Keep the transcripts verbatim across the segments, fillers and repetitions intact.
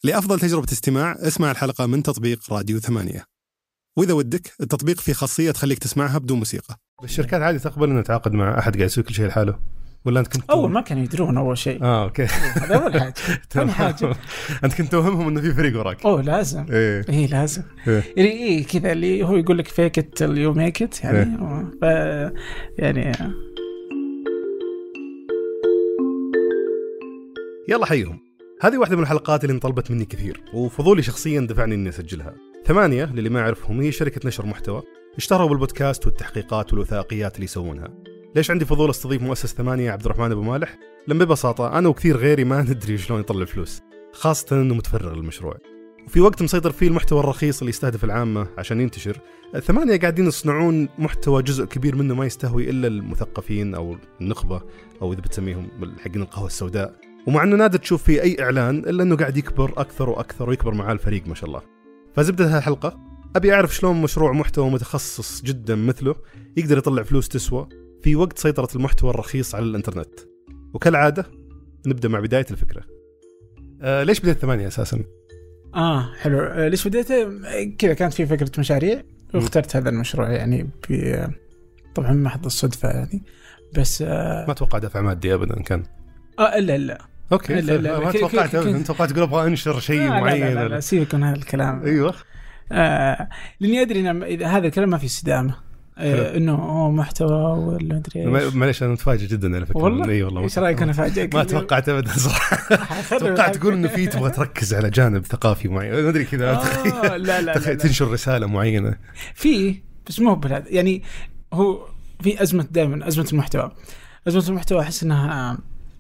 لأفضل تجربة استماع اسمع الحلقة من تطبيق راديو ثمانية. وإذا ودك التطبيق فيه خاصية تخليك تسمعها بدون موسيقى. الشركات عادي تقبل أن نتعاقد مع أحد قاعد يسوي كل شيء لحاله ولا أنت كنت أول ما كانوا يدرون أول شيء آه أوكي هذا أول حاجة ثاني حاجة أنت كنت توهمهم إنه في فريق وراك. أوه لازم إيه, إيه لازم إيه. يعني إيه كذا اللي هو يقول لك fake it till you make it يعني إيه. ف يعني يلا حيهم. هذه واحدة من الحلقات اللي انطلبت مني كثير وفضولي شخصيا دفعني إني أسجلها. ثمانية للي ما يعرفهم هي شركة نشر محتوى اشتهروا بالبودكاست والتحقيقات والوثائقيات اللي يسوونها. ليش عندي فضول استضيف مؤسس ثمانية عبد الرحمن أبو مالح؟ لما ببساطة أنا وكثير غيري ما ندري شلون يطلع فلوس، خاصة إنه متفرغ للمشروع وفي وقت مسيطر فيه المحتوى الرخيص اللي يستهدف العامة عشان ينتشر. ثمانية قاعدين يصنعون محتوى جزء كبير منه ما يستهوي إلا المثقفين أو النخبة أو إذا بتسميهم حقين القهوة السوداء، ومع أنه نادر تشوف فيه أي إعلان إلا أنه قاعد يكبر أكثر وأكثر ويكبر مع الفريق ما شاء الله. فزبدة هذه الحلقة أبي أعرف شلون مشروع محتوى متخصص جدا مثله يقدر يطلع فلوس تسوى في وقت سيطرة المحتوى الرخيص على الإنترنت. وكالعادة نبدأ مع بداية الفكرة. آه ليش بدأت ثمانية أساسا؟ آه حلو. آه ليش بدأت كذا؟ كانت في فكرة مشاريع واخترت هذا المشروع يعني ب... طبعا محض الصدفة يعني بس آه ما توقع دفع مادي أبدا كان؟ آه إلا إلا اوكي لا لا ما توقعت انت توقعت تقول ابغى انشر شيء لا معين. لا لا, لا, لا سيبك من هذا الكلام. ايوه آه لاني ادري ان اذا هذا الكلام ما في استدامه آه انه هو محتوى ولا ادري معليش انا متفاجئ جدا على فكره. والله اي والله ايش رايك؟ انا فاجئك ما توقعت ابدا صراحه. توقعت تقول انه في تبغى تركز على جانب ثقافي معين ما ادري كذا. آه لا لا, لا تنشر رساله معينه في بس مو بهذا يعني. هو في ازمه دائما ازمه المحتوى. ازمه المحتوى احس انها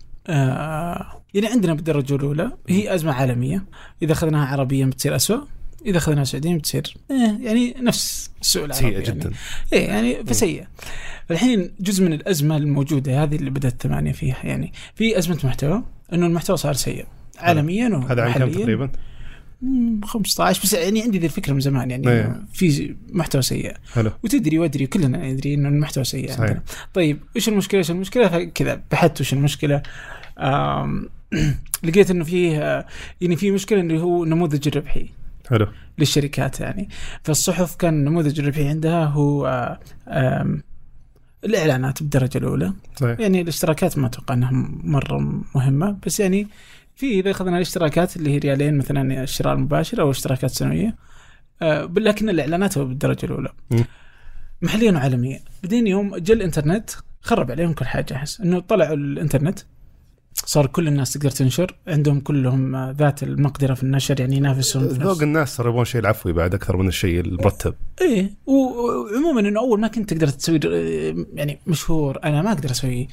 آه يعني عندنا بالدرجة الأولى هي أزمة عالمية. إذا أخذناها عربيا بتصير أسوأ، إذا أخذناها سعوديا بتصير إيه يعني نفس السوء العربي سيئة جدا يعني. إيه يعني فسيئة. فالحين جزء من الأزمة الموجودة هذه اللي بدأت ثمانية فيها يعني في أزمة محتوى إنه المحتوى صار سيء عالميا ومحليا. هذا عن كم تقريبا؟ خمسة عشر بس يعني عندي ذي الفكرة من زمان يعني أيه. في محتوى سيء حلو. وتدري وادري كلنا ندري إنه المحتوى سيء عندنا. طيب إيش المشكلة؟ إيش المشكلة كذا بحثت وش المشكلة. لقيت إنه فيه يعني في مشكلة إنه هو نموذج الربحي حلو للشركات يعني. فالصحف كان نموذج الربحي عندها هو الإعلانات بالدرجة الأولى. صحيح. يعني الاشتراكات ما أتوقع أنها مرة مهمة بس يعني في إذا أخذنا الاشتراكات اللي هي ريالين مثلا الشراء المباشر أو اشتراكات سنوية أه لكن الإعلانات هو بالدرجة الأولى م. محليا وعالميا. بعدين يوم جاء الإنترنت خرب عليهم كل حاجة. أحس إنه طلعوا الإنترنت صار كل الناس تقدر تنشر عندهم كلهم ذات المقدرة في النشر يعني ينافسون. ذوق الناس صار يبغون شيء العفوي بعد أكثر من الشيء المرتب. إيه وعموما إنه أول ما كنت تقدر تسوي يعني مشهور أنا ما أقدر أسوي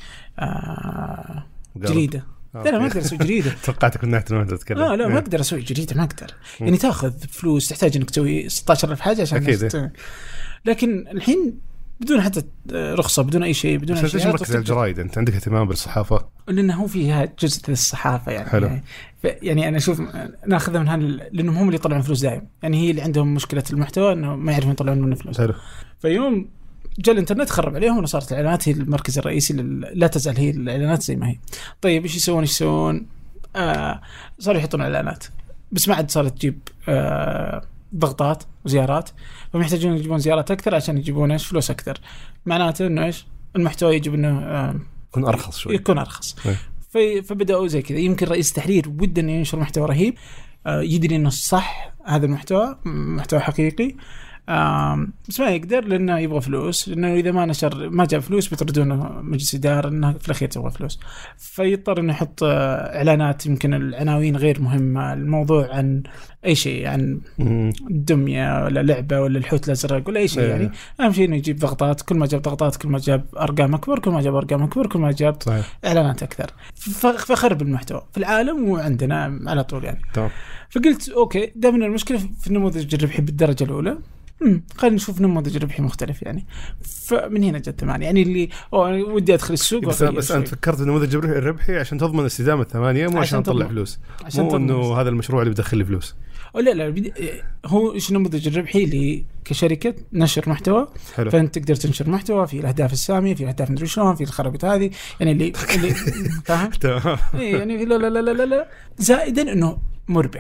آه جريدة. لا لا ما أقدر أسوي جريدة. توقعتك من ناحية ما تتكلم. لا لا ما أقدر أسوي جريدة ما أقدر. يعني تأخذ فلوس تحتاج إنك تسوي ستة عشر ألف حاجة عشان أكيد. لكن الحين بدون حتى رخصة بدون أي شيء بدون أي شيء. ليش مركز على الجرايد؟ أنت عندك اهتمام بالصحافة؟ لأنه هو فيها جزء الصحافة يعني. حلو. يعني, يعني أنا أشوف ناخذها من هال لأنهم هم اللي يطلعون فلوس دائم يعني. هي اللي عندهم مشكلة المحتوى إنه ما يعرفون يطلعون منه فلوس. حلو. فيوم جاء الإنترنت خرب عليهم وصارت الإعلانات هي المركز الرئيسي لل... لا تزال هي الإعلانات زي ما هي. طيب إيش يسوون إيش يسوون آه صاروا يحطون إعلانات بس ما عاد صارت تجيب آه ضغطات وزيارات. فمحتاجون يجيبون زيارات أكثر عشان يجيبون إيش فلوس أكثر. معناته إنه إيش المحتوى يجب إنه آه يكون أرخص شوي. يكون أرخص. في فبدأوا زي كذا. يمكن رئيس التحرير وده إنه ينشر محتوى رهيب آه يدري إنه صح هذا المحتوى محتوى حقيقي بس ما يقدر لأنه يبغى فلوس. لأنه إذا ما نشر ما جاب فلوس بيطردونه مجلس إدارة إنه في الأخير تبغى فلوس. فيضطر إنه يحط إعلانات يمكن العناوين غير مهمة. الموضوع عن أي شيء عن الدمية ولا لعبة ولا الحوت الأزرق ولا أي شيء يعني. أهم شيء إنه يجيب ضغطات. كل ما جاب ضغطات كل ما جاب أرقام أكبر. كل ما جاب أرقام أكبر كل ما جاب صحيح. إعلانات أكثر. فخرب المحتوى في العالم وعندنا على طول يعني. طبعا. فقلت أوكي دائما المشكلة في النموذج الربحي بالدرجة الأولى. امم خلينا نشوف نموذج ربحي مختلف يعني. فمن هنا جت ثمانية يعني اللي ودي ادخل السوق. بس, بس انت فكرت النموذج الربحي عشان تضمن استدامه ثمانية مو عشان تطلع فلوس. مو انه هذا المشروع اللي بدخل لي فلوس. لا لا هو ايش النموذج الربحي اللي كشركه نشر محتوى. حلو. فانت تقدر تنشر محتوى في الاهداف الساميه في اهداف مدري شلون في الخرابيط هذه يعني اللي اللي فاهم. تمام. يعني لا لا لا لا لا زائدا انه مربح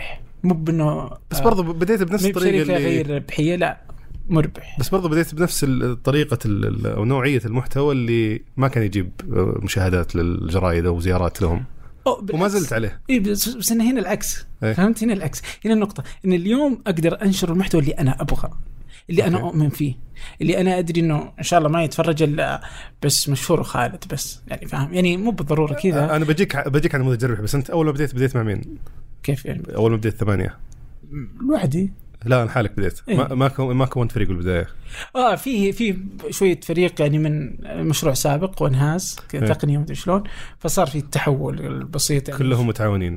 مو بانه بس برضو بديت بنفس الطريقه اللي غير ربحيه، لا مربح. بس برضو بديت بنفس الطريقه او نوعيه المحتوى اللي ما كان يجيب مشاهدات للجرايد او زيارات لهم، وما زلت عليه. إيه بس, بس هنا العكس. إيه؟ فهمت؟ هنا العكس. هنا النقطه ان اليوم اقدر انشر المحتوى اللي انا ابغى، اللي أنا أؤمن فيه، اللي أنا أدري إنه إن شاء الله ما يتفرج إلا بس مشهور وخالد بس، يعني فاهم؟ يعني مو بالضرورة كذا. أنا بجيك بجيك على نموذج ربح، بس أنت أول ما بديت بديت مع مين؟ كيف يعني؟ أول ما بديت ثمانية لوحدي. لا أنا حالك بديت إيه؟ ما ما كون ما كونت فريق بالبداية. آه فيه في شوية فريق يعني من مشروع سابق وانهاز إيه؟ تقنية ومدري شلون، فصار في التحول البسيط يعني. كلهم متعاونين.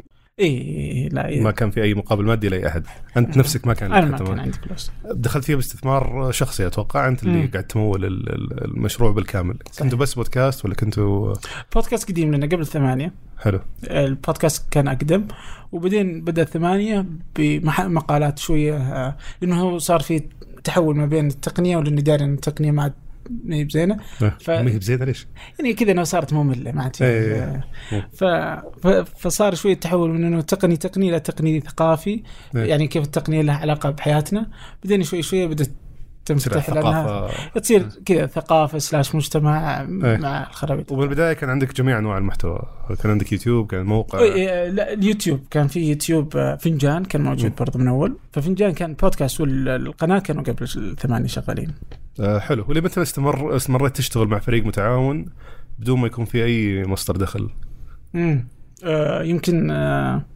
إيه لا إيه. ما كان في أي مقابل مادي لأي أحد. أنت نفسك ما كان أنا ما كان عندي فلوس. دخلت فيه باستثمار شخصي أتوقع. أنت اللي م. قاعد تمول المشروع بالكامل. كنتوا بس بودكاست ولا كنتوا؟ بودكاست قديم لنا قبل ثمانية. حلو. البودكاست كان أقدم، وبعدين بدأ ثمانية بمقالات شوية، لأنه صار في تحول ما بين التقنية ولأن داري أن التقنية مع ما هي بزينة. ف... ما هي بزينة ليش؟ يعني كذا أنا صارت مملة ما عاد. ف... ف... فصار شوية تحول من إنه تقني تقني إلى تقني ثقافي. ايه. يعني كيف التقنية لها علاقة بحياتنا. بدين شوي شوي بدأت تنفتح لأنها تصير كذا ثقافة سلاش مجتمع. ايه. مع الخرابيط. وبالبداية كان عندك جميع أنواع المحتوى، كان عندك يوتيوب، كان موقع. ايه لا اليوتيوب كان في يوتيوب فنجان كان موجود برضه من أول، ففنجان كان بودكاست والقناة كانوا قبل الثمانية شغالين. آه حلو. وليه متى استمر استمريت تشتغل مع فريق متعاون بدون ما يكون في أي مصدر دخل؟ امم آه يمكن آه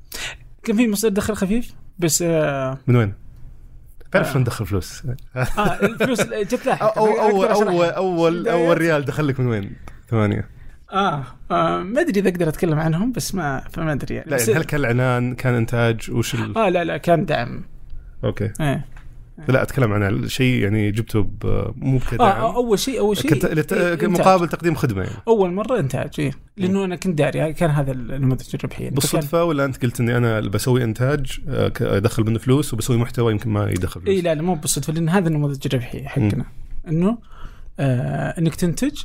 كان في مصدر دخل خفيف بس. آه من وين؟ تعرف ندخل فلوس؟ اه الفلوس جت لاحق. أو أول أول أول أول ريال دخلك من وين؟ ثمانية. آه, آه ما أدري إذا أقدر أتكلم عنهم بس ما فما أدري يعني. لا يعني هل كان الإعلان كان إنتاج وش ال... آه لا لا كان دعم. أوكي. إيه. لا أتكلم عن الشيء يعني جبته مو بكدعم. آه أول شيء أول شيء كت... إيه مقابل تقديم خدمة يعني. أول مرة إنتاج إيه لأنه أنا كنت داري كان هذا النموذج الربحي يعني. بالصدفة كان... ولا أنت قلت إني أنا بسوي إنتاج أدخل منه فلوس وبسوي محتوى يمكن ما يدخل فلوس؟ إيه لا لا مو بالصدفة، لأن هذا النموذج الربحي حقنا إنه آه إنك تنتج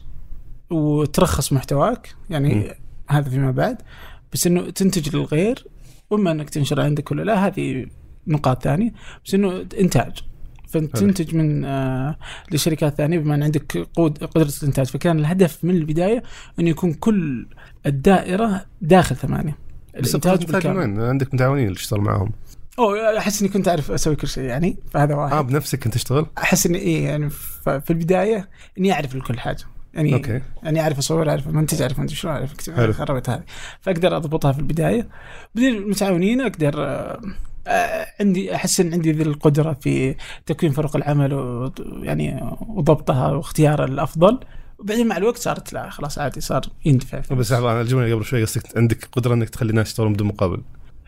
وترخص محتواك يعني. م. هذا فيما بعد، بس إنه تنتج للغير وما إنك تنشر عندك ولا لا، هذه نقاط ثانية. بس إنه إنتاج فأنت تنتج من آه لشركات ثانية بما أن عندك قود قدرة الإنتاج. فكان الهدف من البداية أن يكون كل الدائرة داخل ثمانية. الإنتاج بالكامل. عندك متعاونين اللي تشتغل معهم؟ أوه أحس إني كنت أعرف أسوي كل شيء يعني، فهذا واحد. آه بنفسك كنت تشتغل؟ أحس إني إيه يعني في البداية إني أعرف كل حاجة يعني. أوكي. يعني أعرف أصور، أعرف منتج، أعرف منتج شلون، أعرف أكتب خربت هذه، فأقدر أضبطها في البداية. بدين المتعاونين أقدر آه عندي أحس إن عندي ذي القدرة في تكوين فرق العمل ويعني وضبطها واختيار الأفضل. وبعدين مع الوقت صارت لا خلاص عادي صار يندفع. بس أنا الجملة اللي قبل شوي قصدك عندك قدرة إنك تخلي الناس يشتغلون بدون مقابل.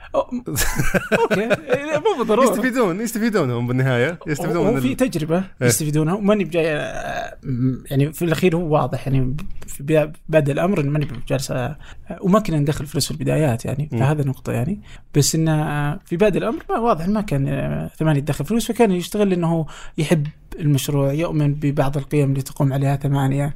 اوكي مو بالضروره. يستفيدون يستفيدونهم بالنهايه يستفيدون من في تجربه يستفيدونها. وماني بجاي يعني في الاخير هو واضح يعني في بعد الامر ان ماني بجالس وما كنا ندخل فلوس في البدايات يعني. فهذا نقطه يعني. بس انه في بعد الامر ما واضح ما كان ثمانية يدخل فلوس، فكان يشتغل لانه يحب المشروع، يؤمن ببعض القيم اللي تقوم عليها ثمانية.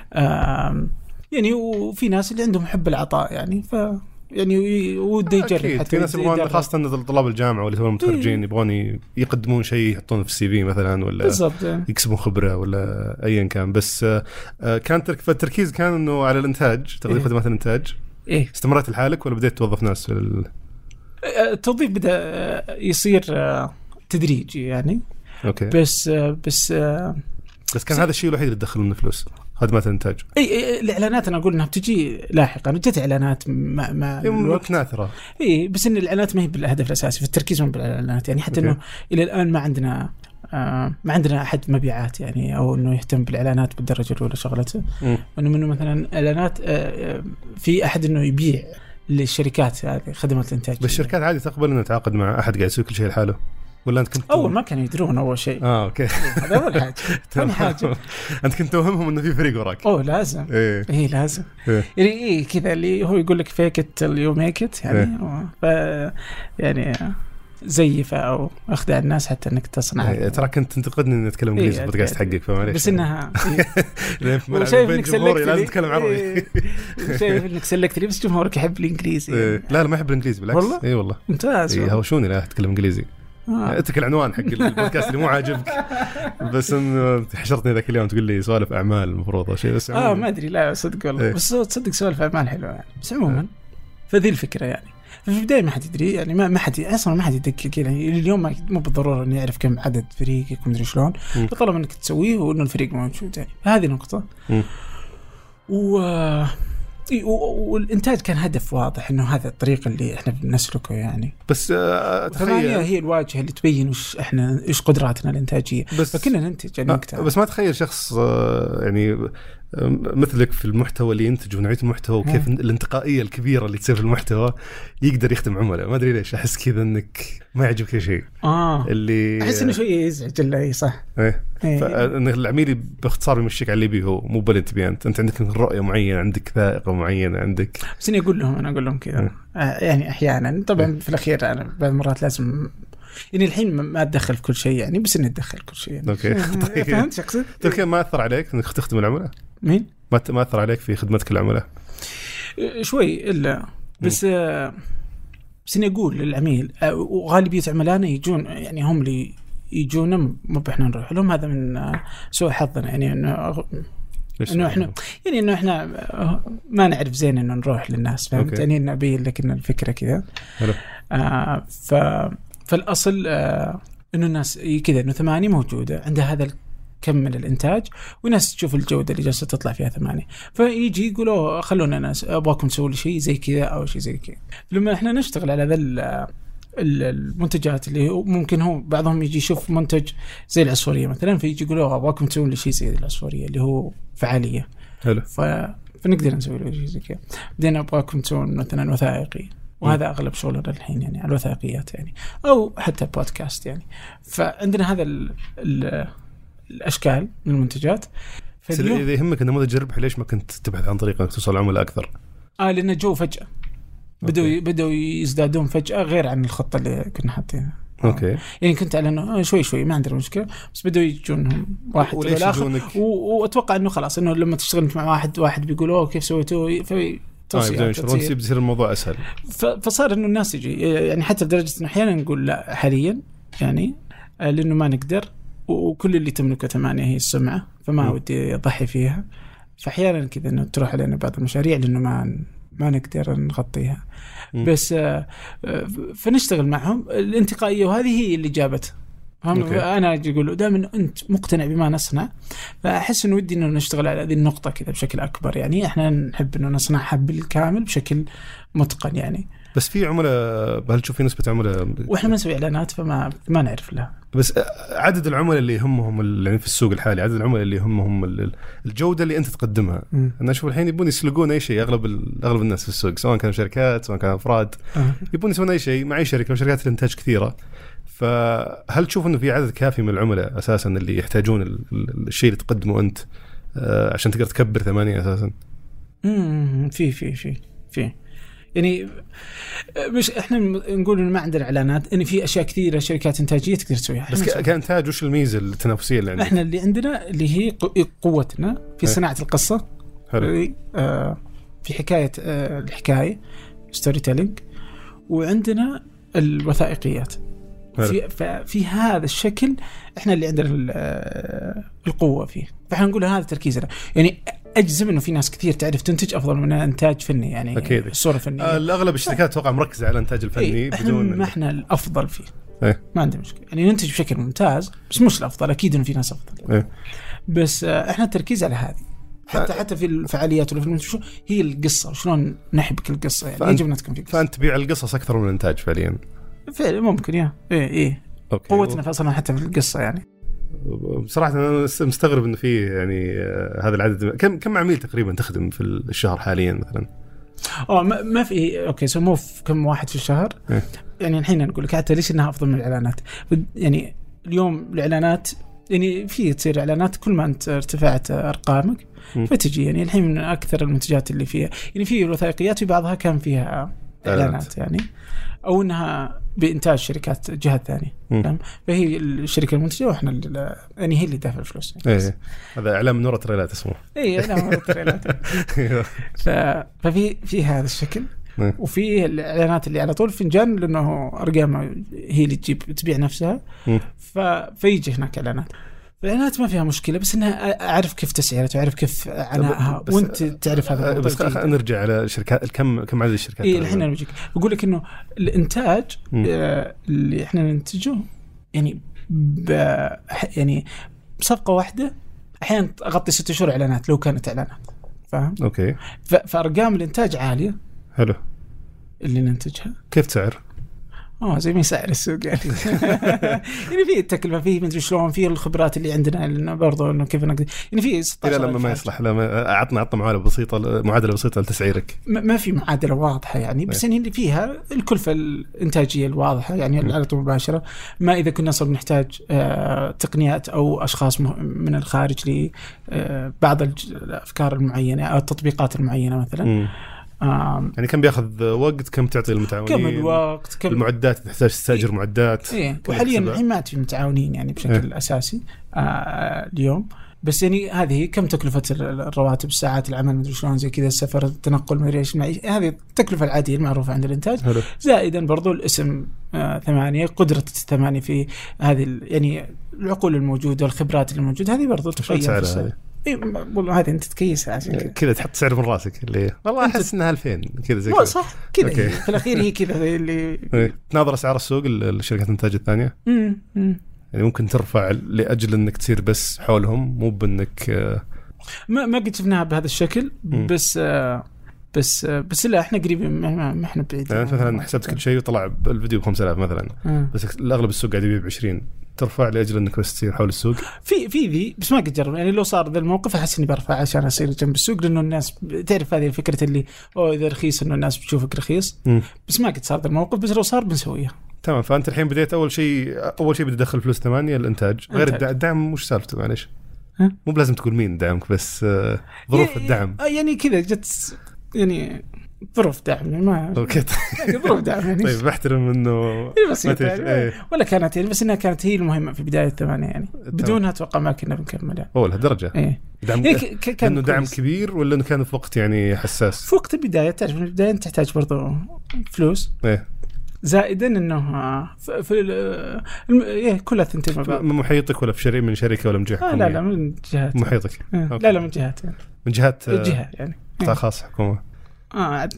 يعني وفي ناس اللي عندهم حب العطاء يعني، ف يعني ودي يجرب. حتى في ناس يبغون خاصة طلاب الجامعة واللي هم متخرجين يبغون يقدمون شيء يحطونه في السي في مثلا ولا بالزبط. يكسبون خبرة ولا أيا كان. بس كان التركيز كان إنه على الإنتاج، تقديم خدمات إيه؟ الإنتاج. إيه؟ استمرت لحالك ولا بديت توظف ناس؟ ال... التوظيف بدأ يصير تدريجي يعني. أوكي. بس بس بس كان هذا الشيء الوحيد اللي تدخل منه فلوس، خدمات الانتاج. اي, أي الاعلانات انا اقول انها بتجي لاحقا، جت اعلانات مع مع الوقت ناثره. اي بس ان الاعلانات ما هي بالهدف الاساسي، في التركيز من بالاعلانات يعني. حتى انه الى الان ما عندنا آه ما عندنا احد مبيعات يعني، او انه يهتم بالاعلانات بالدرجه الاولى شغلته. انه منه مثلا اعلانات آه في احد انه يبيع للشركات هذه خدمات الانتاج. بس الشركات عادي تقبل انه يتعاقد مع احد قاعد يسوي كل شيء لحاله، ولا انت كنت اول ما كانوا يدرون اول شيء؟ اه اوكي هذا اول حاجه. ثاني حاجه انت كنت توهمهم انه في فريق وراك. اوه لازم ايه, إيه لازم إيه. يعني ايه كذا اللي هو يقول لك فيك ات اليوم ميك ات يعني. إيه. ف يعني زيفة أو أخدع الناس حتى إنك تصنع. ترى كنت تنتقدني إني أتكلم إنجليزي في البودكاست حقك فمعليش. بس إنها وشايف إنك سلكت لازم أتكلم عربي. شايف إنك سلكت لي بس جمهورك يحب الإنجليزي. لا لا ما يحب الإنجليزي بالعكس. والله. إيه والله. ممتاز. إيه هوشوني لا أتكلم إنجليزي. آه. أتك العنوان حق البودكاست اللي مو عاجبك بس إن حشرتني ذاك اليوم تقول لي سوالف أعمال المفروض أو شيء بس. آه ما أدري لا صدق والله. إيه. بس تصدق سوالف أعمال حلوة يعني. بس عموما إيه. فذي الفكرة يعني. في البداية ما حد يدري يعني ما ما حد أصلاً ما حد يدقق يعني اليوم ما مو بالضرورة إنه يعرف كم عدد فريقك ومدري شلون فطالما إنك تسويه وإنه الفريق موجود يعني هذه نقطة. و والإنتاج كان هدف واضح إنه هذا الطريق اللي إحنا بنسلكه يعني. بس تخيل هي الواجهة اللي تبين وش إحنا إيش قدراتنا الإنتاجية. بس فكنا ننتج يعني وقتها. بس ما تخيل شخص يعني مثلك في المحتوى اللي ينتج ونوعية المحتوى وكيف الانتقائية الكبيرة اللي تصير في المحتوى يقدر يخدم عملاء. ما أدري ليش أحس كذا إنك ما يعجبك شيء. آه. اللي أحس إنه شوية يزعج الله إيه صح. إيه. إيه. فإن العميل باختصار يمشيك على اللي بيه هو مو بل أنت أنت أنت عندك رؤية معينة عندك ذائقة معينة عندك. بس إني أقول لهم أنا أقول لهم كذا يعني أحيانا طبعا إيه. في الأخير أنا بعض المرات لازم يعني الحين ما أتدخل في كل شيء يعني بس إني أتدخل كل شيء يعني. أوكي. طيب. فهمت شخصي. ترى ما أثر عليك إنك تخدم العملاء؟ مين؟ ما ما أثر عليك في خدمتك العملاء؟ شوي إلا بس آه بس إني أقول للعميل آه وغالبية عملائنا يجون يعني هم اللي يجونا مو بإحنا نروح لهم هذا من آه سوء حظنا يعني إنه إنه إحنا يعني إنه إحنا آه ما نعرف زين إنه نروح للناس فهمت يعني نبي لكن الفكرة كذا. آه ف فالأصل آه إنه الناس كذا إنه ثمانية موجودة عندها هذا كم من الإنتاج وناس تشوف الجودة اللي جالسة تطلع فيها ثمانية فيجي يقولوا خلونا ناس أبغاكم تسووا لي شيء زي كذا أو شيء زي كذا. لما إحنا نشتغل على ذا المنتجات اللي ممكن هو بعضهم يجي يشوف منتج زي العصفورية مثلا فيجي يقولوا أبغاكم تسووا لي شيء زي العصفورية اللي هو فعالية. حلو. ف... فنقدر نسوي له شيء زي كذا. بدينا أبغاكم تسوون مثلا وثائقي وهذا أغلب شغلنا الحين يعني على الوثائقيات يعني أو حتى بودكاست يعني. فعندنا هذا ال ال الأشكال من المنتجات. إذا يهمك النموذج الربحي ليش ما كنت تبحث عن طريقة توصل عملاء أكثر؟ آه لأنه جو فجأة بدوا بدوا يزدادون فجأة غير عن الخطة اللي كنا حاطينها. أوكي. يعني كنت على إنه شوي شوي ما عندنا مشكلة بس بدوا يجونهم واحد ولا الآخر وأتوقع إنه خلاص إنه لما تشتغل مع واحد واحد بيقول أوه كيف سويتوه في توصيات آه يصير الموضوع أسهل. فصار إنه الناس يجي يعني حتى لدرجة إنه أحيانا نقول لا حاليا يعني لأنه ما نقدر وكل اللي تملكه ثمانية هي السمعة فما م. ودي أضحي فيها. فأحيانا كذا إنه تروح علينا بعض المشاريع لأنه ما ما نقدر نغطيها م. بس فنشتغل معهم الانتقائية وهذه هي اللي جابت أنا أجي أقول له دائما أنت مقتنع بما نصنع فأحس إنه ودي إنه نشتغل على هذه النقطة كذا بشكل أكبر يعني إحنا نحب إنه نصنعها بالكامل بشكل متقن يعني. بس في عملاء هل تشوف في نسبة عملاء وإحنا ما نسوي إعلانات فما ما نعرف لها. بس عدد العملاء اللي يهمهم يعني في السوق الحالي عدد العملاء اللي يهمهم الجودة اللي أنت تقدمها. م. أنا أشوف الحين يبون يسلقون أي شيء أغلب أغلب الناس في السوق سواء كانوا شركات سواء كانوا أفراد أه. يبون يسوون أي شيء مع أي شركة وشركات الإنتاج كثيرة. فهل تشوف إنه في عدد كافي من العملاء أساساً اللي يحتاجون الشيء اللي تقدمه أنت عشان تقدر تكبر ثمانية أساساً؟ امم في في في في يعني مش احنا نقول انه ما عندنا اعلانات ان في اشياء كثيره شركات انتاجيه تقدر تسويها بس كانتاج وش الميزه التنافسيه اللي عندنا؟ احنا اللي عندنا اللي هي قوتنا في صناعه القصه. حلو. آه في حكايه آه الحكايه ستوري تيلينج وعندنا الوثائقيات. في في هذا الشكل احنا اللي عندنا القوه فيه فاحنا نقول هذا تركيزنا يعني. أجزم إنه في ناس كثير تعرف تنتج أفضل من إنتاج فني يعني أكيد. الصورة فنية آه الأغلب الشركات توقع مركزة على الإنتاج الفني إيه بدون ما إحنا الأفضل فيه إيه؟ ما عندنا مشكلة يعني ننتج بشكل ممتاز بس مش الأفضل أكيد إنه في ناس أفضل إيه؟ بس آه إحنا التركيز على هذه حتى ف... حتى في الفعاليات ولا في المنتج هي القصة شلون نحبك القصة يعني يجب أن تكون في قصة فأنت تبيع القصص أكثر من الإنتاج فعليا فعلا ممكن يا إيه إيه أوكي. قوتنا فأصلا حتى في القصة يعني. بصراحة أنا مستغرب إنه فيه يعني هذا العدد. كم كم عميل تقريبا تخدم في الشهر حاليا مثلا؟ أه ما ما في أوكي سو مو كم واحد في الشهر إيه؟ يعني الحين نقول لك حتى ليش إنها أفضل من الإعلانات يعني اليوم الإعلانات يعني في تصير إعلانات كل ما أنت ارتفعت أرقامك م. فتجي يعني الحين من أكثر المنتجات اللي فيها يعني في الوثائقيات في بعضها كان فيها اعلانات يعني، او انها بانتاج شركات جهات ثانيه، فاهم؟ فهي الشركه المنتجه واحنا يعني هي اللي دافع الفلوس يعني. ايه هذا اعلان من نور تريلات اسمه. اي اعلان من نور تريلات. ف... ففي في هذا الشكل. وفي الاعلانات اللي على طول فنجان لانه ارقام هي اللي تجيب تبيع نفسها. ف... فيجي هناك اعلانات. الإعلانات ما فيها مشكلة، بس إنها أعرف كيف تسعيرتها وأعرف كيف عناءها وأنت تعرف هذا. بس نرجع على الشركات، الكم كم عدد الشركات؟ إيه الحين أنا بجيك بقول لك إنه الإنتاج آه اللي إحنا ننتجه يعني ب يعني بصفقة واحدة أحيانا أغطي ستة شهور إعلانات لو كانت إعلانات، فاهم؟ أوكي. فأرقام الإنتاج عالية. حلو. اللي ننتجها. كيف سعر؟ اه زي ما يسعر السوق يعني. يعني في التكلفه، فيه مدري شلون، في الخبرات اللي عندنا لنا برضه انه كيف نقدر يعني في ستاشر لما ما يصلح لما عطنا عطنا معادله بسيطه معادله بسيطه لتسعيرك. ما في معادله واضحه يعني، بس يعني اللي فيها الكلفه الانتاجيه الواضحه يعني على طول مباشره. ما اذا كنا صرنا نحتاج آه تقنيات او اشخاص من الخارج لبعض آه الافكار المعينه او التطبيقات المعينه مثلا. م. آم يعني كم بياخذ وقت، كم تعطي المتعاونين، كم الوقت، كم المعدات تحتاج تستاجر معدات. إيه. وحاليا الحين ما في متعاونين يعني بشكل إيه. أساسي آه اليوم، بس يعني هذه كم تكلفة الرواتب، ساعات العمل مدري شلون زي كذا، السفر، التنقل، مدري ايش، هذه التكلفة العادية المعروفة عند الإنتاج. هلو. زائدا برضو الاسم آه ثمانية، قدرة الثمانية في هذه يعني العقول الموجودة والخبرات الموجودة، هذه برضو تغير. إيه والله هذه أنت تكيسها عشان كذا كذا تحط سعر من راسك اللي والله أحس إنها ألفين كذا زي كذا. صح كذا في الأخير هي كذا اللي تناظر أسعار السوق الشركات الإنتاج الثانية. امم يعني ممكن ترفع لأجل إنك تصير بس حولهم، مو بإنك ما ما قد شفناها بهذا الشكل. مم. بس بس بس لا إحنا قريبين، ما إحنا بعيد. يعني مثلا حسبت كل شيء وطلع الفيديو بخمسة آلاف مثلا. مم. بس الأغلب السوق قاعد يبيع بعشرين، ترفع لأجل أنك بس تصير حول السوق. في في ذي بس ما قد جرب يعني. لو صار ذا الموقف أحس إني برفع عشان أصير جنب السوق، لأنه الناس تعرف هذه الفكرة اللي أو إذا رخيص إنه الناس بتشوفك رخيص. م. بس ما قد صار ذا الموقف، بس لو صار بنسويها. تمام. فأنت الحين بديت أول شيء أول شيء بدي أدخل فلوس ثمانية الإنتاج، غير الدعم. الدعم مش سالفته معلش، مو بلازم تقول مين دعمك، بس ظروف يعني الدعم يعني كذا جت يعني ظروف دعم يعني ما اوكي يعني ظروف دعم يعني. طيب بحترم انه بسيطة يعني. ايه. ولا كانت يعني، بس انها كانت هي المهمه في بدايه الثمانية يعني. بدونها اتوقع ما كنا بنكمل يعني. اول هالدرجه. ايه. دعم يعني ك- كان انه دعم كبير ولا انه كان في وقت يعني حساس؟ في وقت البدايه تعرف من البدايه انت تحتاج برضو فلوس. ايه. زائدا انه في, في الم... ايه كلها ثنتين من محيطك ولا في شركه من شركه ولا من جهه؟ آه لا لا من جهات محيطك. إيه. لا لا من جهات يعني. من جهات الجهه يعني قطاع خاص حكومه. اه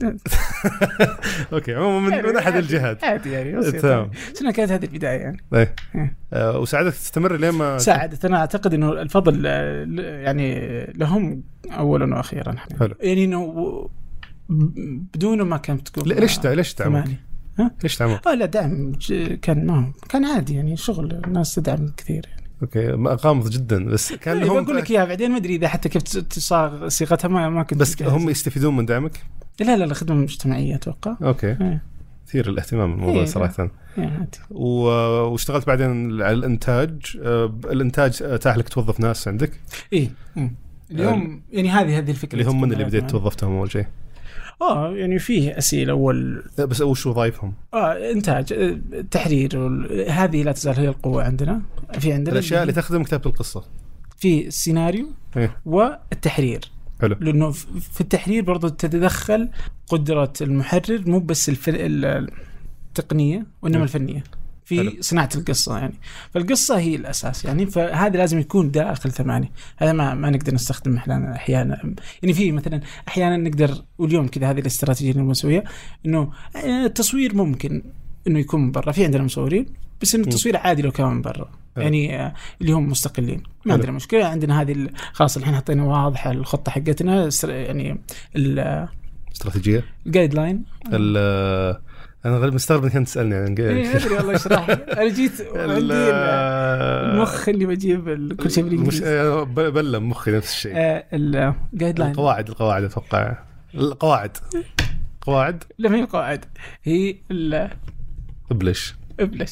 اوكي عموما من, من احد الجهات عادي يعني. تمام. شنو كانت هذه البدايه يعني. ايه. آه وساعدتك تستمر لين ما ساعدت. انا اعتقد انه الفضل يعني لهم اولا واخيرا. حلو. يعني انه بدونه ما كانت تكون. ليش ليش تعمل؟ ها ليش تعمل؟ اه لا دعم كان ما كان عادي يعني، شغل الناس تدعم كثير يعني. اوكي غامض جدا، بس كان لهم بقول لك اياها بعدين، ما ادري اذا حتى كيف تصاغ صيغتها ما ما كنت بس جاهز. هم يستفيدون من دعمك؟ لا لا لا خدمه مجتمعيه اتوقع. اوكي. ايه. كثير الاهتمام بالموضوع صراحه. ايه. و... واشتغلت بعدين على الانتاج. الانتاج اتاح لك توظف ناس عندك؟ ايه, إيه. اليوم آه. يعني هذه هذه الفكره اللي هم من اللي بديت توظفتهم اول شيء. اه يعني فيه اسئله اول بس اول شو وظائفهم؟ اه انتاج تحرير هذه لا تزال هي القوه عندنا. في عندنا الاشياء اللي تخدم كتابه القصه، في السيناريو إيه؟ والتحرير. حلو. لانه في التحرير برضو تتدخل قدره المحرر، مو بس الف... التقنيه وانما إيه؟ الفنيه في حلو. صناعة القصة يعني. فالقصة هي الأساس يعني، فهذا لازم يكون داخل ثمانية. هذا ما ما نقدر نستخدم أحيانا أحيانا يعني في مثلا أحيانا نقدر، واليوم كذا هذه الاستراتيجية المسوية إنه التصوير ممكن إنه يكون من برا، في عندنا مصورين بس إنه التصوير عادي لو كان من برا يعني اللي هم مستقلين ما عندنا مشكلة. عندنا هذه خلاص الحين حطينا واضحة الخطة حقتنا يعني الاستراتيجية الجايد لاين. أنا غالبا مستغرب إنك أنت تسألني عن إيه أدري والله اشرح. أنا جيت عندي المخ اللي بجيب كل شيء بالإنجليزي. بلم مخي نفس الشيء. الجايد لاين. القواعد القواعد أتوقع القواعد قواعد. لا ما هي قواعد، هي ال إبليش إبليش.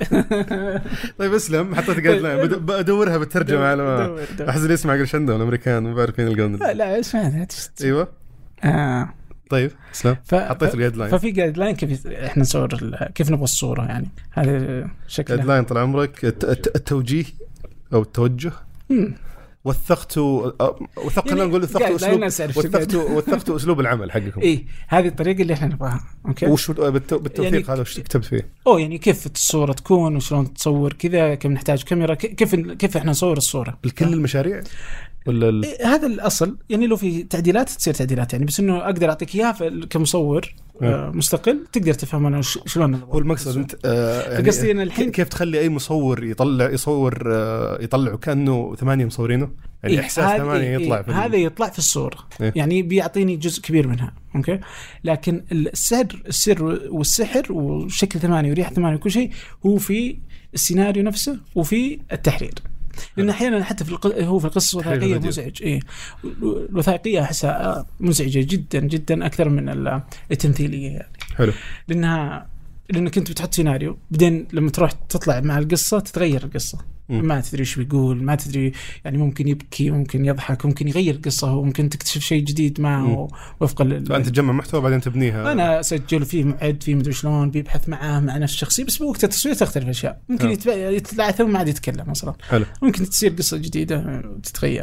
طيب أسلم حطيت جايد لاين بدورها بالترجمة على أحس اللي يسمع قرش عندهم الأمريكان ما بعرفين القانون. لا لا اسمع. أيوة. آه طيب اسلام ف... حطيت الجايد لاين. ففي جايد لاين كيف احنا نصور ال... كيف نبغى الصوره يعني هذا شكله جايد لاين طال عمرك. التوجيه او التوجه مم. وثقت وثقنا يعني نقول وثقت اسلوب وثقت وثقت اسلوب العمل حقكم. ايه هذه الطريقه اللي احنا نبغاها. اوكي وش بالتوثيق يعني هذا وش كتبت فيه؟ او يعني كيف الصوره تكون وشلون تصور كذا، كم نحتاج كاميرا، كيف كيف احنا نصور الصوره بالكل المشاريع ولا ال... إيه هذا الاصل. يعني لو في تعديلات تصير تعديلات يعني، بس انه اقدر اعطيك اياها كمصور آه مستقل تقدر تفهم انا شلون. هو المقصد انت آه يعني قصدي ان الحين كيف تخلي اي مصور يطلع يصور آه يطلعه كانه ثمانية مصورينه يعني إيه احساس ثمانية إيه يطلع في هذا يطلع في الصوره إيه؟ يعني بيعطيني جزء كبير منها. اوكي لكن السر السر والسحر وشكل ثمانية وريحه ثمانية وكل شيء هو في السيناريو نفسه وفي التحرير. لأن أحيانا حتى في الق... هو في القصص الوثائقية مزعج. إيه الوثائقية أحسها مزعجة جدا جدا أكثر من التمثيلية يعني. حلو. لأنها لأنك أنت بتحط سيناريو بعدين لما تروح تطلع مع القصة تتغير القصة. م. ما تدري إيش بيقول، ما تدري يعني ممكن يبكي ممكن يضحك ممكن يغير القصة وممكن تكتشف شيء جديد معه وفق ال... فأنت تجمع محتوى بعدين تبنيها. أنا أسجل فيه معد فيه مدري شلون بيبحث معاه مع نفس الشخصية، بس بوقت التصوير تختلف أشياء ممكن يتبع... يطلع ثم ما عاد يتكلم أصلا. حلو. ممكن تصير قصة جديدة تتغير.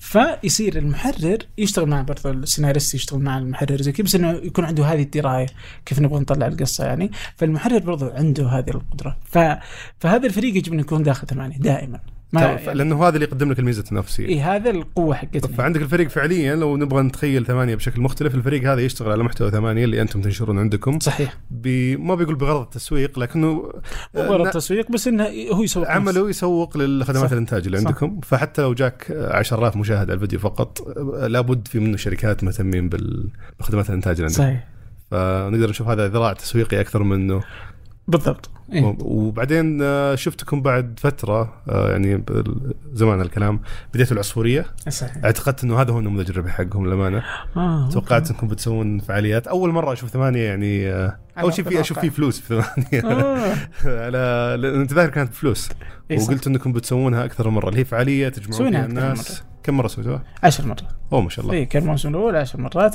فيصير المحرر يشتغل مع برضه السيناريست يشتغل مع المحرر زي كذا، بس انه يكون عنده هذه الدرايه كيف نبغى نطلع القصه يعني. فالمحرر برضه عنده هذه القدره. ف... فهذا الفريق يجب ان يكون داخل ثمانية دائما ما يعني لانه هذا اللي يقدم لك الميزه النفسيه. اي هذا القوه حقتنا. فعندك الفريق فعليا لو نبغى نتخيل ثمانية بشكل مختلف، الفريق هذا يشتغل على محتوى ثمانية اللي انتم تنشرون عندكم. صحيح. ب... ما بيقول بغرض التسويق لكنه بغرض التسويق، بس انه هو يسوق عمله يسوق للخدمات الانتاج اللي عندكم. فحتى لو جاك عشرات مشاهد على الفيديو فقط لابد في منه شركات مهتمين بخدمات الانتاج اللي عندكم. صحيح. فنقدر نشوف هذا ذراع تسويقي اكثر منه. بالضبط. إيه؟ وبعدين شفتكم بعد فترة يعني زمان الكلام بديتوا العصفورية. صحيح. اعتقدت انه هذا هو النموذج الربحي حقهم للأمانة. آه، توقعت انكم بتسوون فعاليات. اول مرة اشوف ثمانية يعني اول شيء في اشوف فيه فلوس في ثمانية. آه. على لأن انت ذاكر كانت بفلوس. إيه وقلت انكم بتسوونها اكثر مرة اللي هي فعالية تجمعون فيها الناس. كم مرة سويتوها؟ عشر مرات. أوه ما شاء الله. إيه كان الموسم الأول عشر مرات.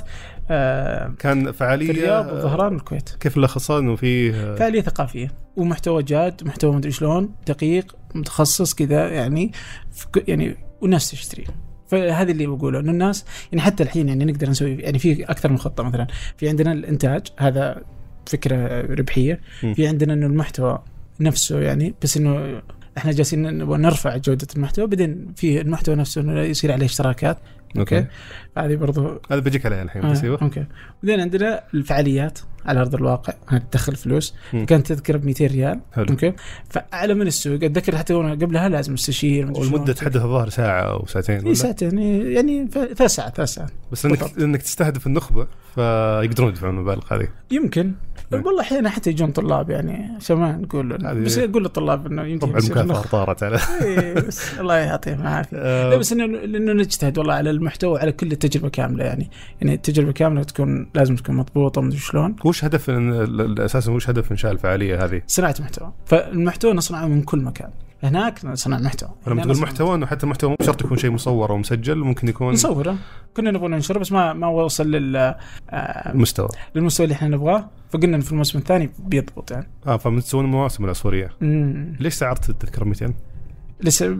آه كان فعالية في الرياض والظهران والكويت. كيف لخصها إنه في فعالية ثقافية ومحتوى جاد، محتوى مدري شلون دقيق متخصص كذا يعني يعني والناس تشتري. فهذا اللي بقوله إنه الناس يعني حتى الحين يعني نقدر نسوي يعني في أكثر من خطة. مثلا في عندنا الإنتاج هذا فكرة ربحية. م. في عندنا إنه المحتوى نفسه يعني بس إنه احنا جالسين نرفع جودة المحتوى، بعدين في المحتوى نفسه انه يصير عليه اشتراكات. اوكي, أوكي. هذه برضو هذا بيجيك عليها الحين. آه. اوكي. بعدين عندنا الفعاليات على ارض الواقع تدخل فلوس. م. كانت تذكر ب مئتين ريال. حلو. اوكي فاعلى من السوق. اتذكر حتى وانا قبلها لازم استشير والمده حدث الظاهر ساعه او ساعتين ولا ساعتين يعني ثلاث ساعات ثلاث ساعات بس انك انك تستهدف النخبه فيقدرون يدفعون المبالغ هذه. يمكن والله احيانا حتى يجون طلاب يعني عشان ما نقول بس يقول للطلاب انه يمكن طبعا المكافاه طارت على إيه بس الله يعطيهم العافيه. لا بس انه لانه نجتهد والله على المحتوى وعلى كل التجربه كامله يعني يعني التجربه كامله تكون لازم تكون مضبوطه مدري شلون. وش هدف اساسا وش هدف انشاء الفعاليه هذه؟ صناعه محتوى. فالمحتوى نصنعه من كل مكان. هناك نصنع محتوى. لما تقول محتوى انه حتى المحتوى مو شرط يكون شيء مصور او مسجل، ممكن يكون مصوره. كنا نبغى ننشره بس ما ما وصل لل المستوى للمستوى اللي احنا نبغاه، فقلنا في الموسم الثاني بيضبط يعني. اه فمتسوون مواسم العصفوريه. ليش سعرت التذكره مئتين؟ لسه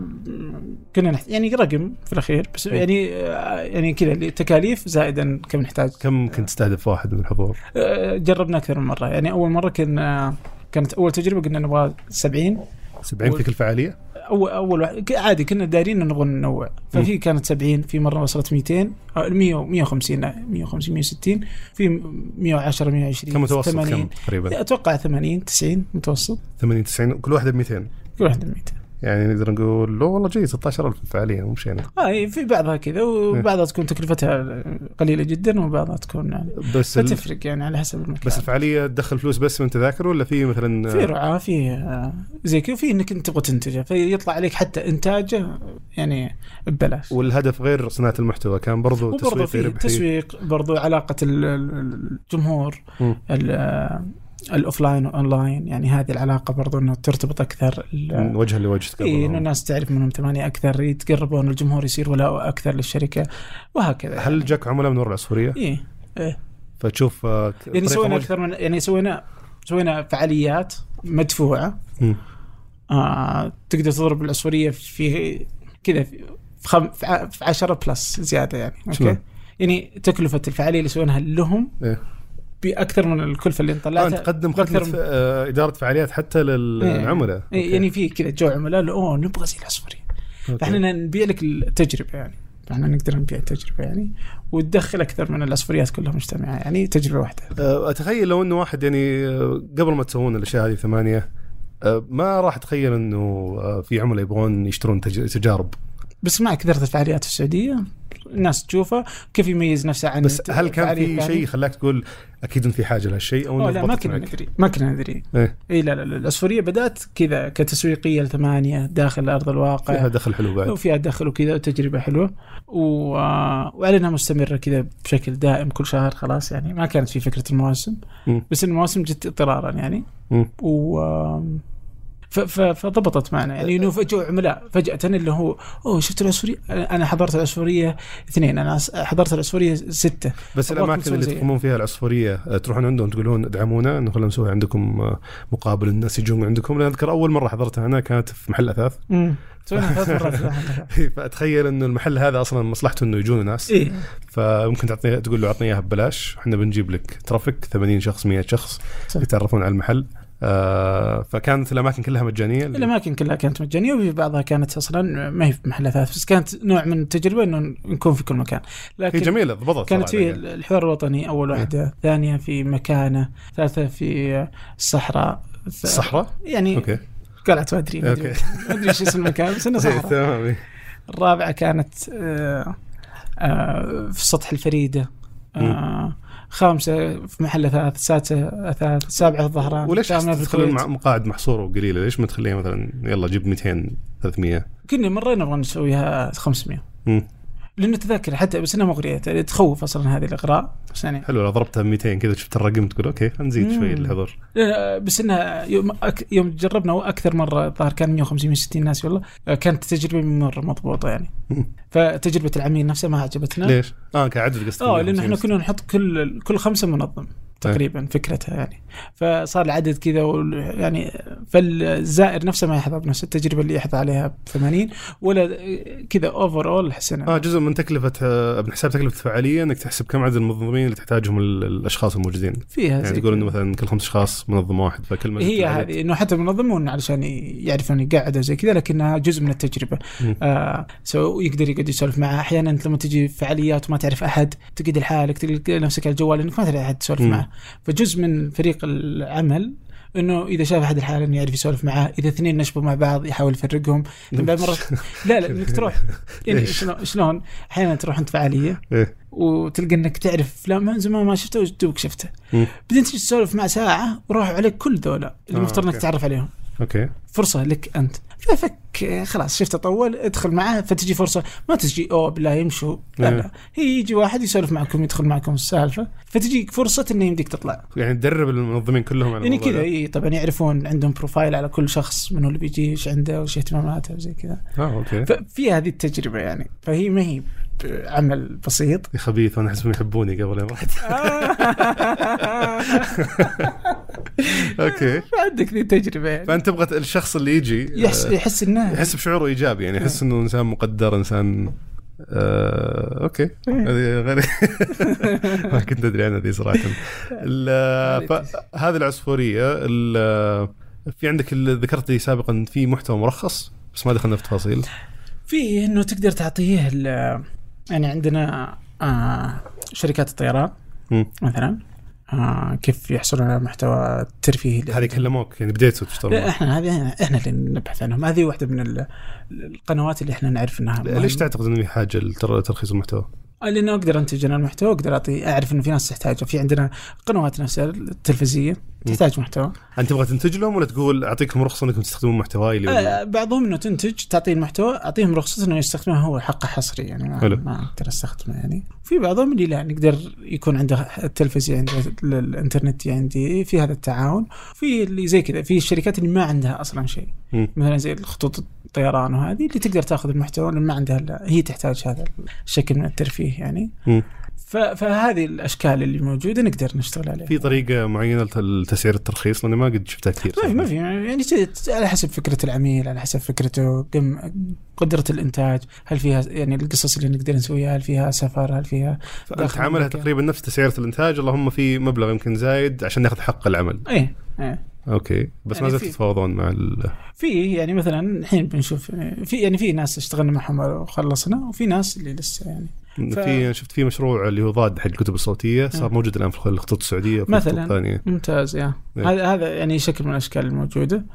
كنا نحت... يعني رقم في الأخير بس يعني يعني كذا التكاليف زائدا كم نحتاج. كم كنت تستهدف واحد من الحضور؟ جربنا أكثر من مرة يعني. أول مرة كنا كانت أول تجربة قلنا نبغى سبعين سبعين في كل فعالية. أول أول عادي كنا دايرين نبغى ننوع. ففي كانت سبعين، في مرة وصلت مئتين، مية مية وخمسين مية وخمسين مية وستين، في مية وعشرة مية وعشرين. كم متوسط كم تقريبا؟ أتوقع ثمانين تسعين متوسط. ثمانين تسعين كل واحدة بمئتين. كل واحدة بمئتين. يعني نقدر نقول لا والله جيد ستة عشر ألف فعالية مو مشينا. آه في بعضها كذا وبعضها تكون تكلفتها قليلة جدا وبعضها تكون يعني بس تفرق يعني على حسب المكان. بس الفعالية تدخل فلوس بس من تذاكر ولا في مثلا في رعاة في زي كذا في إنك أنت تبغى تنتجه فيطلع عليك حتى إنتاجه يعني ببلاش. والهدف غير صناعة المحتوى كان برضو تسويق ربحي. تسويق برضو علاقة الجمهور الأوفلاين وأونلاين يعني هذه العلاقة برضو إنه ترتبط أكثر من وجه لوجه. إيه إنه الناس تعرف منهم ثمانية أكثر يتقربون الجمهور يصير ولاء أكثر للشركة وهكذا. هل يعني. جاك عملاء من وراء العصفورية؟ إيه إيه فتشوف يعني سوينا اكثر من يعني سوينا سوينا فعاليات مدفوعه آه تقدر تضرب العصفوريه في كذا في خم... في عشرة بلس زياده يعني اوكي شنو؟ يعني تكلفه الفعاليه اللي سويناها لهم إيه؟ باكثر من الكلفه اللي نطلعتها. آه تقدم خدمه من... آه اداره فعاليات حتى للعملاء إيه؟ يعني في كذا جو عملاء اوه نبغى زي العصفوريه، فاحنا نبيع لك التجربه يعني احنا نقدر نبيع التجربه يعني وتدخل اكثر من العصفوريات كلها مجتمعه يعني تجربه واحده. اتخيل لو انه واحد يعني قبل ما تسوون الاشياء هذه ثمانية ما راح اتخيل انه في عملاء يبغون يشترون تجارب، بس مع كثرة الفعاليات في السعوديه الناس تشوفها كيف يميز نفسه عن. بس هل كان في شيء خلاك تقول اكيد ان في حاجه لهالشيء او لا ما كنا ندري ما كنا ندري اي إيه لا لا العصفوريه بدات كذا كتسويقيه لثمانية داخل ارض الواقع فيها دخل حلو بعد وفيها دخل وكذا وتجربه حلوه و... وعلينا مستمره كذا بشكل دائم كل شهر خلاص يعني ما كانت في فكره المواسم م. بس المواسم جت اضطرارا يعني م. و فضبطت معنا يعني انه فجأة عملاء فجأة اللي هو اوه شفت العصفورية انا حضرت العصفورية اثنين انا حضرت العصفورية ستة. بس الاماكن اللي تقومون فيها العصفورية تروحون عندهم تقولون ادعمونا انه خلينا نسوي عندكم مقابل الناس يجون عندكم. لأن اذكر اول مرة حضرتها انا كانت في محل اثاث امم سوينا ثلاث مرات فاتخيل انه المحل هذا اصلا مصلحته انه يجون ناس إيه؟ فممكن تعطيه تقول له اعطني اياها ببلاش احنا بنجيب لك ترافيك ثمانين شخص مية شخص يتعرفون على المحل. آه فكانت الأماكن كلها مجانية. الأماكن كلها كانت مجانية وفي بعضها كانت أصلا ما هي في محل أثاث بس كانت نوع من التجربة إنه نكون في كل مكان. لكن هي جميلة ضبطت. كانت في الحوار الوطني أول واحدة اه. ثانية في مكانة ثالثة في الصحراء الصحراء يعني أوكي. قلعة وادري ما أدري ما شو اسم المكان بس إنه صحراء. الرابعة كانت آه آه في سطح الفريدة آه خامسة في محل أثاث سادسة أثاث سابعة في الظهران. وليش تدخل مقاعد محصورة وقليلة ليش ما تخليها مثلا يلا جيب مئتين ثلاثمية؟ كنا مرة نبغى نسويها خمسمية لأنه تذكر حتى بس أنا مغرية تخوف أصلا هذه الإغراء بس يعني حلو لو ضربتها مئتين كذا شفت الرقم تقول أوكي نزيد شوي الحضور. بس إنها يوم أك يوم جربنا وأكثر مرة ظهر كان مية وخمسين مية وستين ناس والله كانت تجربة مرة مضبوطة يعني. فتجربة العميل نفسها ما عجبتنا. ليش؟ آه كعدد قصدي. آه لأنه إحنا كنا نحط كل كل خمسة منظم تقريبا أه. فكرتها يعني فصار العدد كذا يعني فالزائر نفسه ما يحظى بنفس التجربة اللي يحظى عليها ثمانين ولا كذا أوفر أول حسنا. آه جزء من تكلفة ابن حساب تكلفة الفعالية إنك تحسب كم عدد المنظمين اللي تحتاجهم الأشخاص الموجودين فيها يعني تقول إنه مثلا كل خمس أشخاص منظم واحد فكل هي هذه إنه حتى منظمون علشان يعرفون يقعدوا زي كذا لكنها جزء من التجربة. آه سو يقدر يقعد يسولف معه أحيانا أنت لما تجي فعاليات وما تعرف أحد تقعد لحالك تلقى نفسك على الجوال إنك ما تعرف أحد تسولف معه. فجزء من فريق العمل انه اذا شاف احد الحاله انه يعرف يسولف معاه اذا اثنين نشبوا مع بعض يحاول يفرقهم بعد مره لا لا انك تروح يعني شلون احيانا تروح انت فعاليه وتلقى انك تعرف فلان من زمان ما شفته وتوك شفته بعدين تجي تسولف مع ساعه وروح عليك كل ذولا اللي المفترض انك تعرف عليهم اوكي فرصه لك انت ففك خلاص شفته طول ادخل معه فتجي فرصه ما تجي اوه بالله يمشوا لا لا هي يجي واحد يسولف معكم يدخل معكم السالفه فتجيك فرصه انه يمديك تطلع يعني تدرب المنظمين كلهم على يعني كذا اي طبعا يعرفون عندهم بروفايل على كل شخص منو اللي بيجي ايش عنده وش اهتماماته وزي كذا اه اوكي ففي هذه التجربه يعني فهي ما هي عمل بسيط يا خبيث وانا احسهم يحبوني قبل ما رحت اوكي عندك ذي التجربه يعني. فانت تبغى الشخص اللي يجي يحس يحس انه يحس بشعور ايجابي يعني يحس انه انسان مقدر انسان آه، اوكي هذه غير ما كنت ادري عنها ذي صراحه. هذه العصفوريه في عندك اللي ذكرت لي سابقا في محتوى مرخص بس ما دخلنا في تفاصيل في انه تقدر تعطيه يعني عندنا آه شركات الطيران م. مثلا آه كيف يحصلون على محتوى ترفيهي. هذه كلموك يعني بديتوا تشتغلوا؟ احنا هذه احنا اللي نبحث عنهم. هذه واحدة من القنوات اللي احنا نعرف انها ليش تعتقد انه في حاجة لترخيص المحتوى؟ لأنه أقدر أنتج أنا المحتوى أقدر أعطي أعرف إنه في ناس تحتاجه. في عندنا قنوات نفسها التلفزية تحتاج محتوى. أنت تبغى تنتج لهم ولا تقول أعطيكم رخصة إنكم تستخدمون محتواي اللي آه بعضهم إنه تنتج تعطيه المحتوى أعطيهم رخصة إنه يستخدمه هو حقه حصري يعني ما, ما أقدر أستخدمه يعني. في بعضهم اللي لا نقدر يكون عنده التلفزية عنده الإنترنت عندي في هذا التعاون. في اللي زي كذا في الشركات اللي ما عندها أصلا شيء م. مثلا زي الخطوط الطيران وهذه اللي تقدر تأخذ المحتوى لما ما عندها هي تحتاج هذا الشكل من الترفيه يعني. م. فهذه الاشكال اللي موجوده نقدر نشتغل عليها. في طريقه معينه لتسعير الترخيص؟ لاني ما قد شفتها كثير. ما في ما في يعني على حسب فكره العميل، على حسب فكرته، كم قدره الانتاج، هل فيها يعني القصص اللي نقدر نسويها، هل فيها سفر، هل فيها تعاملها تقريبا نفس تسعيره الانتاج، اللهم في مبلغ يمكن زايد عشان ناخذ حق العمل. ايه ايه اوكي، بس يعني ما زلت تتفاوضون مع ال في يعني مثلا الحين بنشوف في يعني في ناس اشتغلنا معهم وخلصنا، وفي ناس اللي لسه يعني ف... في شفت في مشروع اللي هو ضاد حق الكتب الصوتيه صار موجود الان في الخطوط السعوديه وفي مثلا الثانيه. ممتاز يا إيه. هذا هذا يعني شكل من الاشكال الموجوده.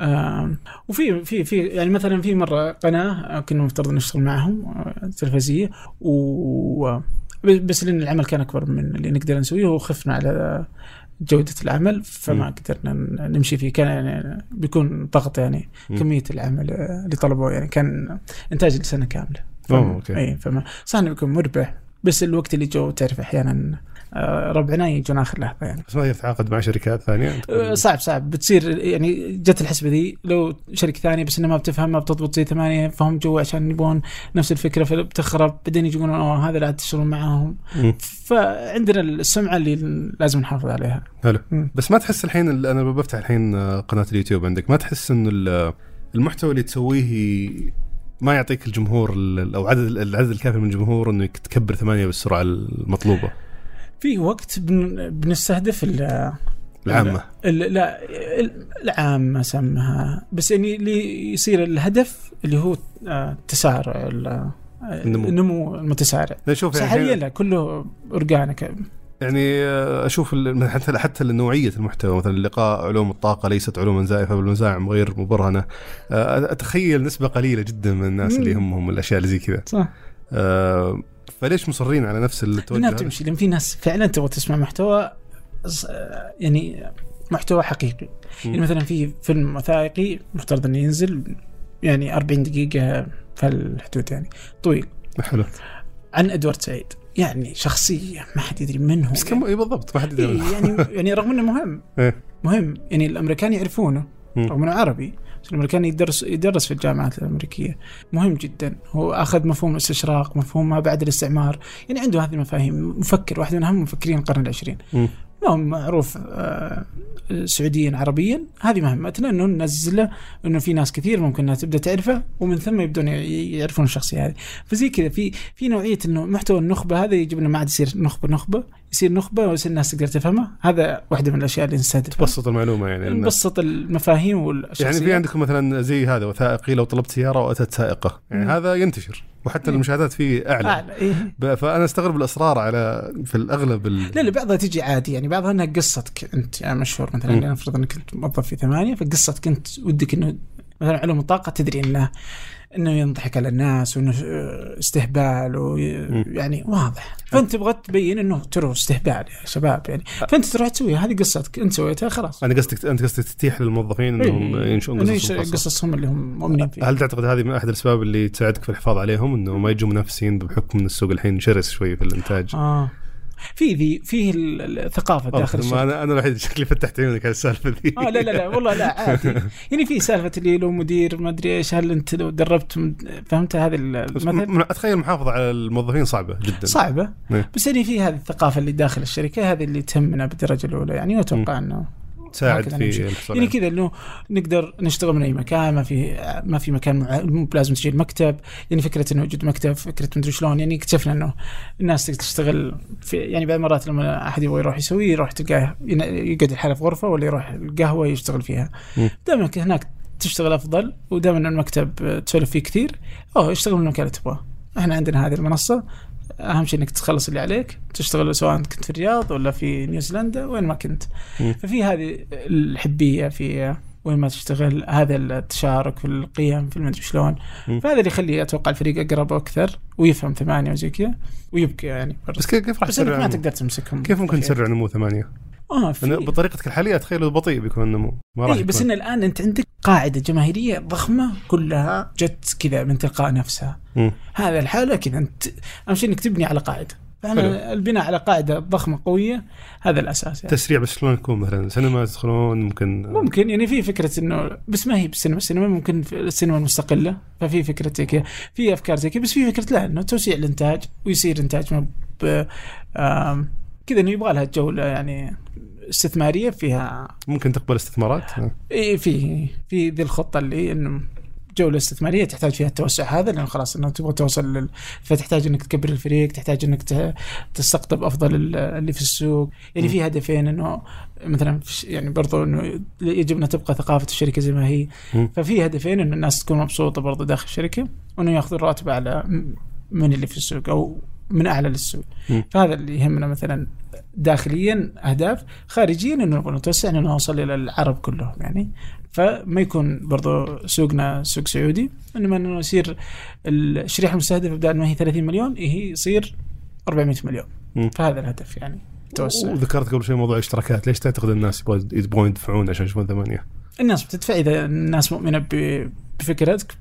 وفي في في يعني مثلا في مره قناه كنا مفترض نشتغل معهم تلفزيونيه، و بس لان العمل كان اكبر من اللي نقدر نسويه وخفنا على جودة العمل فما قدرنا نمشي فيه. كان يعني بيكون ضغط يعني م. كمية العمل اللي طلبوه يعني كان إنتاج لسنة كاملة. أوه أوكي. أي فما صح إنه بيكون مربح، بس الوقت اللي جو تعرف أحيانا ربعنا يجون آخر لحظة يعني. بس ما يتعاقد مع شركات ثانية؟ صعب صعب بتصير يعني جت الحسبة دي لو شركة ثانية بس إنها ما بتفهم ما بتضبط زي ثمانية فهم جوا عشان يبون نفس الفكرة فبتخرب، بعدين يجون أوه هذا لا تشتغلون معاهم. م. فعندنا السمعة اللي لازم نحافظ عليها. حلو. بس ما تحس الحين أنا بفتح الحين قناة اليوتيوب عندك، ما تحس إنه المحتوى اللي تسويه ما يعطيك الجمهور أو عدد العدد الكافي من الجمهور إنه تكبر ثمانية بالسرعة المطلوبة؟ في وقت بن بنستهدف العامة لا العامة سمها، بس يعني اللي يصير الهدف اللي هو تسارع النمو, النمو المتسارع. حاليا لا كله أورجانيك يعني أشوف حتى حتى نوعية المحتوى مثلا اللقاء علوم الطاقة ليست علوما زائفة بالمزاعم غير مبرهنة، أتخيل نسبة قليلة جدا من الناس اللي يهمهم الأشياء اللي زي كذا. صح. أه فليش مصرين على نفس التوجه؟ لا تمشي لأن في ناس فعلا تبغى تسمع محتوى يعني محتوى حقيقي. يعني مثلا في فيلم وثائقي مفترض أن ينزل يعني أربعين دقيقة في الحدود يعني طويل. حلو. عن إدوارد سعيد يعني شخصية ما حد يدري منه بس كم إيه بالضبط ما حد يدري منه يعني يعني رغم إنه مهم مهم يعني الأمريكان يعرفونه رغم إنه عربي، الأمريكان يدرس يدرس في الجامعات الأمريكية، مهم جدا. هو أخذ مفهوم الاستشراق، مفهوم ما بعد الاستعمار، يعني عنده هذه المفاهيم. مفكر واحد من أهم مفكرين القرن العشرين، ما هو معروف آه سعوديا عربيا. هذه مهمتنا إنه ننزله إنه في ناس كثير ممكن أنها تبدأ تعرفه ومن ثم يبدون يعرفون الشخصية هذه. فزي كذا في في نوعية إنه محتوى النخبة هذا يجب إنه ما عاد يصير نخبة نخبة يصير نخبة ويصير الناس تقدر تفهمها. هذا واحدة من الأشياء اللي نستهدفها. تبسط المعلومة يعني نبسط المفاهيم والشخصيات. يعني في عندكم مثلا زي هذا وثائقي لو طلبت سيارة وأتت سائقة يعني م. هذا ينتشر وحتى م. المشاهدات فيه أعلى, أعلى. إيه؟ فأنا استغرب الأسرار على في الأغلب ال... لا لا بعضها تيجي عادي يعني بعضها أنها قصتك أنت يعني مشهور مثلا نفرض أنك كنت موظف في ثمانية فقصتك أنت ودك إنه مثلا علوم الطاقة تدري إنه إنه ينضحك على الناس وإنه استهبال ويعني واضح، فأنت تبغى تبين إنه ترى استهبال يا شباب يعني، فأنت تروح تسوي هذه قصتك أنت سويتها خلاص. أنا قصدك أنت قصدك تتيح للموظفين إنهم ينشؤون قصصهم قصصهم اللي هم مؤمنين فيها. هل تعتقد هذه من أحد الأسباب اللي تساعدك في الحفاظ عليهم إنه ما يجوا منافسين بحكم من السوق الحين شرس شوي في الإنتاج؟ آه. في ذي فيه الثقافة داخل الشركة. أنا أنا الوحيد شكلي فتحت عيونك على السالفة ذي. آه لا لا لا والله لا عادي يعني في سالفة اللي لو مدير ما أدري إيش هل أنت لو دربت فهمت هذا المثل. أتخيل المحافظة على الموظفين صعبة جدا. صعبة ميه. بس يعني في هذه الثقافة اللي داخل الشركة هذه اللي تهمنا بالدرجة الأولى يعني وأتوقع إنه تساعد في يعني كذا إنه نقدر نشتغل من أي مكان، ما في ما في مكان مع... مو لازم تجي المكتب يعني فكرة إنه وجود مكتب فكرة مدري شلون يعني اكتشفنا إنه الناس تشتغل في يعني بعض المرات لما أحد يبغى يروح يسوي يروح تلقاه يقعد الحالة في غرفة ولا يروح القهوة يشتغل فيها. دائما هناك تشتغل أفضل ودائما المكتب تسولف فيه كثير أو يشتغل من المكان اللي تبغاه. إحنا عندنا هذه المنصة أهم شيء إنك تخلص اللي عليك تشتغل سواء كنت في الرياض ولا في نيوزيلندا وين ما كنت. م. ففي هذه الحبية في وين ما تشتغل هذا التشارك في القيم في المدري شلون. فهذا اللي يخلي أتوقع الفريق أقرب أكثر ويفهم ثمانية وزي كذا ويبكي يعني. بس كيف راح تسرع ما تقدر تمسكهم؟ كيف ممكن تسرع نمو ثمانية؟ آه بطريقتك الحالية أتخيل بطيء بيكون النمو. ما راح. بس إن الآن أنت عندك قاعدة جماهيرية ضخمة كلها جت كذا من تلقاء نفسها. م. هذا الحالة كذا أنت أهم شيء إنك تبني على قاعدة. فاحنا البناء على قاعده ضخمه قويه هذا الاساس يعني. تسريع بس شلون يكون مثلا سينما يدخلون ممكن ممكن يعني في فكره انه بس ما هي بالسينما السينما ممكن في السينما المستقله ففي فكره زي كذا في افكار زي كذا بس في فكره لا انه توسيع الانتاج ويصير انتاج ما كذا انه يبغى لها جوله يعني استثماريه فيها ممكن تقبل استثمارات اي في في ذي الخطه اللي انه جولة استثمارية تحتاج فيها التوسع هذا لأنه خلاص إنه تبغى توصل لل... فتحتاج إنك تكبر الفريق تحتاج إنك ت... تستقطب أفضل اللي في السوق يعني م. في هدفين إنه مثلا يعني برضو إنه يجب أن تبقى ثقافة الشركة زي ما هي م. ففي هدفين إنه الناس تكون مبسوطة برضو داخل الشركة وإنه يأخذوا الراتب على من اللي في السوق أو من أعلى للسوق م. فهذا اللي يهمنا مثلا داخليا أهداف خارجيا إنه نبغى نتوسع إنه نوصل إلى العرب كلهم يعني فما يكون برضو سوقنا سوق سعودي إنما إنه يصير الشريحة المستهدفة بدل ما هي ثلاثين مليون هي يصير أربعمائة مليون م. فهذا الهدف يعني التوسع. وذكرت قبل شيء موضوع الاشتراكات ليش تعتقد الناس يبغون يدفعون عشان يشوفون ثمانية؟ الناس بتدفع إذا الناس مؤمنة بفكرتك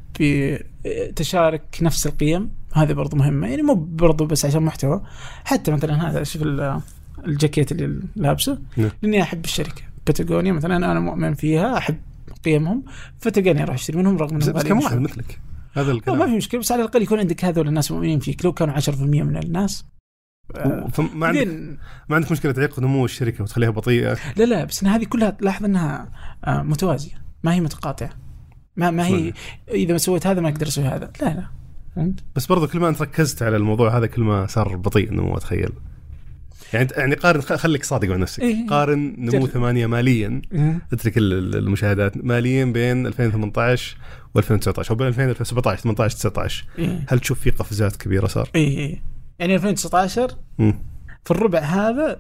بتشارك نفس القيم هذا برضو مهمة يعني مو برضو بس عشان محتوى حتى مثلا هذا شوف الجاكيت اللي لابسه م. لأني أحب الشركة باتاغونيا مثلا أنا مؤمن فيها أحب قيمهم فتلقاني أروح أشتري منهم رغم إنه كم واحد مثلك هذا الكلام ما في مشكلة بس على الأقل يكون عندك هذول الناس مؤمنين فيك لو كانوا عشرة بالمئة من الناس ما عندك ما عندك مشكلة تعيق نمو الشركة وتخليها بطيئة لا لا بس هذه كلها تلاحظ أنها متوازية ما هي متقاطعة ما ما هي إذا ما سويت هذا ما أقدر أسوي هذا لا لا فهمت بس برضو كل ما أنت ركزت على الموضوع هذا كل ما صار بطيء النمو أتخيل يعني يعني قارن خليك صادق مع نفسك إيه؟ قارن نمو ثمانية ماليا إيه؟ اترك المشاهدات ماليا بين ألفين وثمانية عشر وألفين وتسعة عشر او بين ألفين وسبعة عشر ثمانية عشر تسعة عشر إيه؟ هل تشوف في قفزات كبيره صار اي يعني ألفين وتسعة عشر مم. في الربع هذا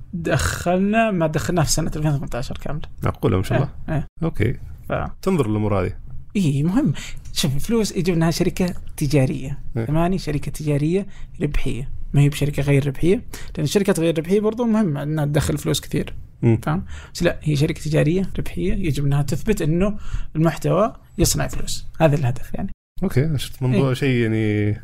دخلنا ما دخلناه في سنه ألفين وثمانية عشر كامله معقوله ما شاء الله إيه؟ إيه؟ اوكي ف... تنظر للامور هذه اي مهم شوف فلوس يجب انها شركه تجاريه إيه؟ ثمانية شركه تجاريه ربحيه ما هي بشركة غير ربحية لأن الشركات غير ربحية برضو مهم أنها تدخل فلوس كثير فاهم بس لا هي شركة تجارية ربحية يجب أنها تثبت أنه المحتوى يصنع فلوس هذا الهدف يعني أوكي شفت موضوع إيه؟ شيء يعني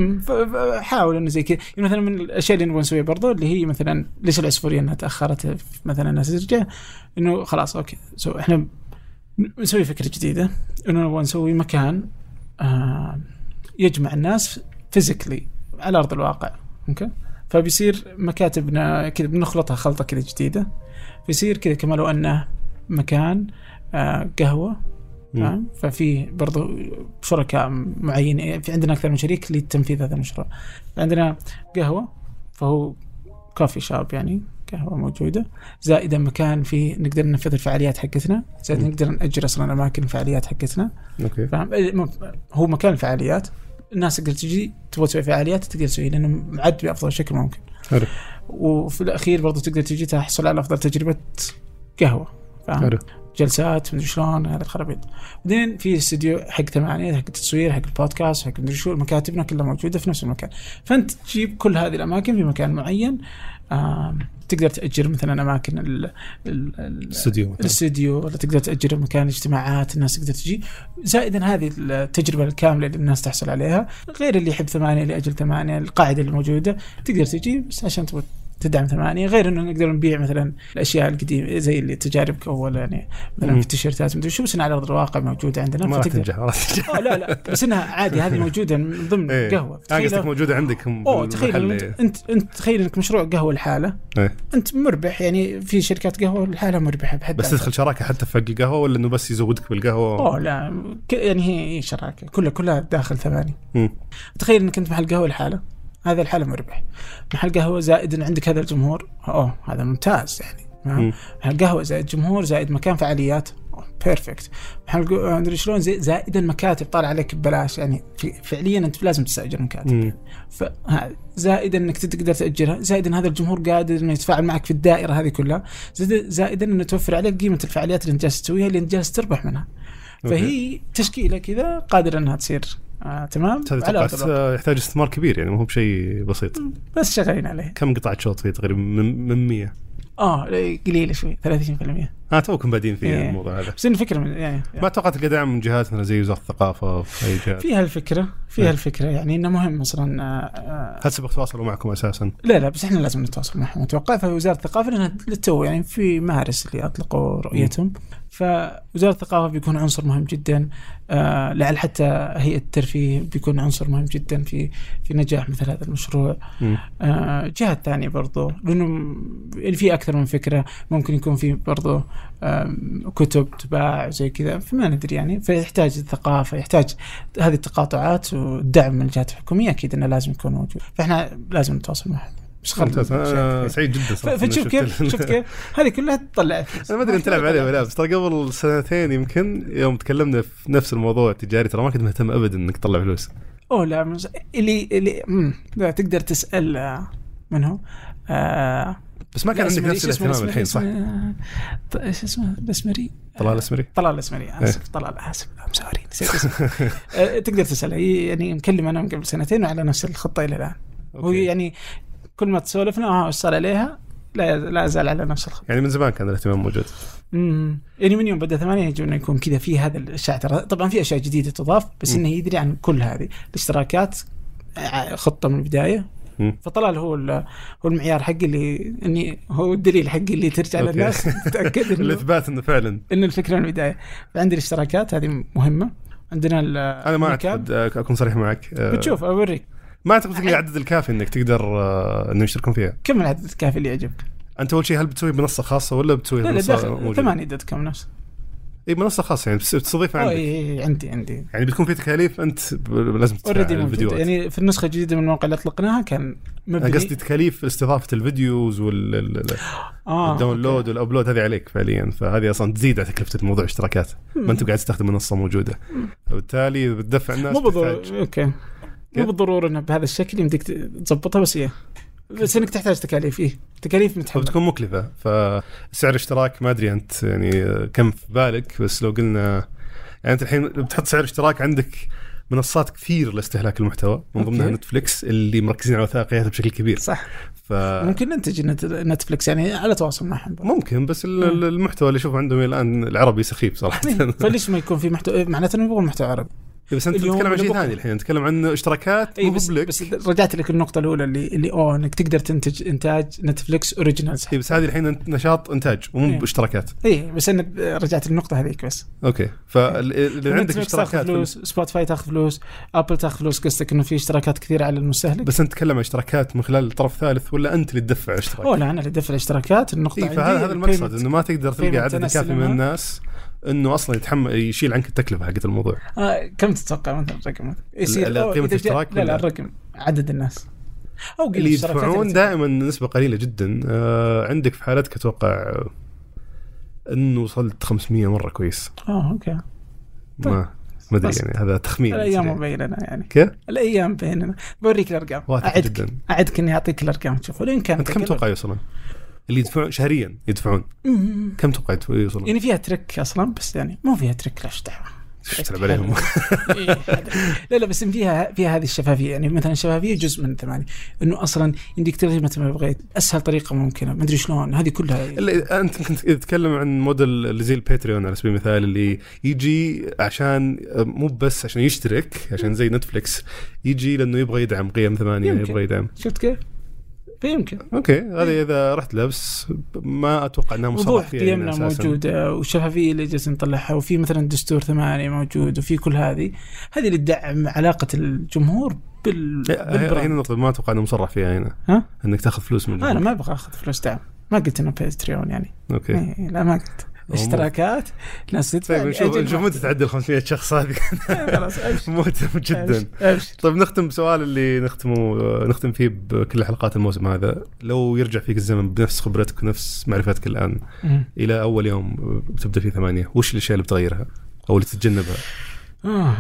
حاول أنه زي كذا يعني مثلا من الأشياء اللي نبغى نسويها برضو اللي هي مثلا ليش العصفورية أنها تأخرت مثلا الناس ترجع إنه خلاص أوكي سو إحنا نسوي فكرة جديدة إنه نبغى نسوي مكان آه يجمع الناس فيزيكلي على أرض الواقع اوكي فبيصير مكاتبنا كذا بنخلطها خلطه كذا جديده بيصير كذا كما لو انه مكان آه قهوه تمام ففي برضو شركاء معينين في عندنا اكثر من شريك لتنفيذ هذا المشروع عندنا قهوه فهو كافي شاب يعني قهوه موجوده زائدا مكان فيه نقدر ننفذ الفعاليات حقتنا زائدا نقدر نأجر اصلا اماكن الفعاليات حقتنا اوكي فاهم هو مكان الفعاليات الناس تقدر تجي تبغى تسوي فعاليات تقدر تسوي لأنه معد بأفضل شكل ممكن حلو. وفي الأخير برضو تقدر تجي تحصل على أفضل تجربة قهوة فاهم جلسات مدري شلون هذا الخرابيط بعدين في استوديو حق ثمانية حق التصوير حق البودكاست حق مدري شو مكاتبنا كلها موجودة في نفس المكان فأنت تجيب كل هذه الأماكن في مكان معين آه تقدر تأجر مثلا أماكن الاستوديو الاستوديو ولا تقدر تأجر مكان اجتماعات الناس تقدر تجي زائدا هذه التجربة الكاملة اللي الناس تحصل عليها غير اللي يحب ثمانية اللي أجل ثمانية القاعدة اللي موجودة تقدر تجي بس عشان تبغى تدعم ثمانية غير إنه نقدر نبيع مثلا الأشياء القديمة زي اللي تجارب أول يعني مثلا في التيشيرتات مدري شو بس على أرض الواقع موجودة عندنا ما تنجح آه لا لا بس إنها عادي هذه موجودة من ضمن ايه. قهوة قصدك موجودة عندك أوه تخيل انت, انت انت تخيل إنك مشروع قهوة الحالة ايه. أنت مربح يعني في شركات قهوة الحالة مربحة بحد بس تدخل شراكة حتى في القهوة ولا إنه بس يزودك بالقهوة أوه لا يعني هي شراكة كلها كلها داخل ثمانية تخيل إنك أنت محل قهوة الحالة هذا الحالة مربح محل قهوة زائد إن عندك هذا الجمهور أوه هذا ممتاز يعني محل قهوة زائد جمهور زائد مكان فعاليات بيرفكت محل أدري شلون زائدا مكاتب طالع عليك ببلاش يعني فعليا أنت لازم تستأجر مكاتب فزائدا إنك تقدر تأجرها زائدا هذا الجمهور قادر إنه يتفاعل معك في الدائرة هذه كلها زائدا إنه توفر عليك قيمة الفعاليات اللي أنت جالس تسويها اللي أنت جالس تربح منها فهي تشكيلة كذا قادرة أنها تصير آه، تمام هذا يحتاج استثمار كبير يعني مو بشيء بسيط بس شغالين عليه كم قطعة شوط فيه تقريبا من مية اه قليلة شوي ثلاثين بالمئة اه توكم بادين فيه إيه. الموضوع هذا. بس الفكره من يعني ما توقعت تلقى دعم من جهات مثلا زي وزاره الثقافه في اي جهه فيها الفكره فيها الفكره يعني انه مهم مثلا. آه هل سبق تواصلوا معكم اساسا؟ لا لا بس احنا لازم نتواصل معهم. اتوقع في وزاره الثقافه لانها للتو يعني في مارس اللي اطلقوا رؤيتهم. فوزاره الثقافه بيكون عنصر مهم جدا. آه لعل حتى هيئه الترفيه بيكون عنصر مهم جدا في في نجاح مثل هذا المشروع. آه جهات ثانيه برضو لانه في اكثر من فكره. ممكن يكون في برضو آه كتب تباع زي كذا فما ندري يعني. فيحتاج الثقافه يحتاج هذه التقاطعات والدعم من الجهات الحكوميه اكيد انه لازم يكون موجود. فاحنا لازم نتواصل معهم. ممتاز. انا سعيد جدا صراحه. فشوف كيف شفت كيف هذه كلها تطلع. انا ما ادري انت تلعب عليه ولا بس ترى قبل سنتين يمكن يوم تكلمنا في نفس الموضوع التجاري ترى ما كنت مهتم ابدا انك تطلع فلوس. اوه لا مز... اللي اللي مم. لا تقدر تسال منه آه... بس ما كان عندك نفس الاهتمام الحين صح؟ ايش اسمه الاسمري؟ طلال الاسمري. طلال الاسمري اسف طلال اسف مسوري نسيت اسمه. تقدر تسال يعني مكلم انا من قبل سنتين وعلى نفس الخطه الى الان. هو يعني كل ما تسولفنا اه وصل عليها لا لا زال على نفس الخط. يعني من زمان كان الاهتمام موجود. امم يعني من يوم بدا ثمانية يجون يكون كذا في هذا الاشياء. طبعا في اشياء جديده تضاف بس انه يدري عن كل هذه الاشتراكات خطه من البدايه. مم. فطلال هو هو المعيار حقي اللي اني هو الدليل حقي اللي ترجع للناس تتاكد انه الاثبات انه فعلا انه الفكره من البدايه. فعندي الاشتراكات هذه مهمه. عندنا انا ما اعتقد اكون صريح معك. بتشوف اوريك ما اعتقد تلقى العدد الكافي انك تقدر انه يشتركون فيها. كم العدد الكافي اللي يعجبك انت؟ اول شيء هل بتسوي منصه خاصه ولا بتسوي منصه موجوده؟ ثمانية دوت كوم نفس اي منصه خاصه يعني بتستضيف عندك. اي عندي عندي يعني بتكون في تكاليف انت لازم تدفع الفيديوهات. يعني في النسخه الجديده من الموقع اللي اطلقناها كان مبني قصدي تكاليف استضافه الفيديوز وال آه الداونلود والابلود هذه عليك فعليا. فهذه اصلا تزيد على تكلفه الموضوع اشتراكات. ما انت قاعد تستخدم منصه موجوده فبالتالي بتدفع الناس. مو بالضروره اوكي مو بالضروره انه بهذا الشكل يمديك تضبطها بس ايه بس انك تحتاج تكاليف. ايه تكاليف متحمله بتكون مكلفه. فسعر اشتراك ما ادري انت يعني كم في بالك بس لو قلنا يعني انت الحين بتحط سعر اشتراك عندك منصات كثير لاستهلاك المحتوى من ضمنها نتفليكس اللي مركزين على وثائقيات بشكل كبير صح. ف... ممكن ننتج نتفليكس يعني على تواصل معهم ممكن بس المحتوى اللي شوف عندهم الان العربي سخيف صراحه. فليش ما يكون في محتوى معناته انه يبغون محتوى عربي. بس انت تتكلم عن شيء ثاني الحين نتكلم عن اشتراكات مو بس, بس رجعت لك النقطه الاولى اللي اللي اوه انك تقدر تنتج انتاج نتفليكس اوريجينالز. اي بس هذه الحين نشاط انتاج ومو باشتراكات. اي بس انا رجعت النقطه هذيك بس. اوكي فاللي عندك اشتراكات فلوس سبوتيفاي تاخذ فلوس ابل تاخذ فلوس قصدك انه في اشتراكات كثيره على المستهلك. بس انت تتكلم عن اشتراكات من خلال طرف ثالث ولا انت اللي تدفع اشتراك؟ اوه لا انا اللي ادفع الاشتراكات. النقطه عندي هذا المقصد انه ما تقدر تلقى عدد كافي من الناس انه اصلا يتحمل يشيل عنك التكلفه حقت الموضوع. آه كم تتوقع مثلا الرقم يصير قيمه الاشتراك؟ لا لا الرقم عدد الناس او اللي يدفعون دائما نسبه قليله جدا. آه عندك في حالتك اتوقع انه وصلت خمسمية مره كويس. اه اوكي طيب. ما ما ادري يعني هذا تخمين. الايام بيننا يعني كيف الايام بيننا. بوريك الارقام اعدك اعدك اني اعطيك الارقام تشوف لين كان. انت كم توقع يوصلون اللي يدفعون شهريا يدفعون؟ مم. كم توقع يوصلون؟ يعني فيها ترك اصلا بس يعني مو فيها ترك لاش دعوه تلعب عليهم. لا لا بس فيها فيها هذه الشفافيه. يعني مثلا الشفافيه جزء من ثمانية انه اصلا عندك تلغي متى ما بغيت اسهل طريقه ممكنه ما ادري شلون هذه كلها. انت كنت تتكلم عن موديل اللي زي الباتريون على سبيل المثال اللي يجي عشان مو بس عشان يشترك عشان زي نتفليكس يجي لانه يبغى يدعم قيم ثمانية يبغى يدعم. شفت كيف يمكن اوكي هذه اذا رحت لبس ما اتوقع انها مصرح فيها. قيمنا موجوده والشفافيه اللي جالسين نطلعها وفي مثلا دستور ثمانية موجود وفي كل هذه هذه اللي تدعم علاقه الجمهور بال هنا النقطه ما اتوقع انه مصرح فيها هنا. ها؟ انك تاخذ فلوس من الجمهور. انا ما ابغى اخذ فلوس دعم. ما قلت انه باتريون يعني. اوكي إيه لا ما قلت اشتراكات ناس تدفع. نشوف نشوف متى تعدي خمسمية شخص هذه. خلاص مهتم جدا. طيب نختم بسؤال اللي نختمه نختم فيه بكل حلقات الموسم هذا. لو يرجع فيك الزمن بنفس خبرتك ونفس معرفتك الآن م. إلى أول يوم بتبدأ فيه ثمانية وش الأشياء اللي بتغيرها أو اللي تتجنبها؟ آه.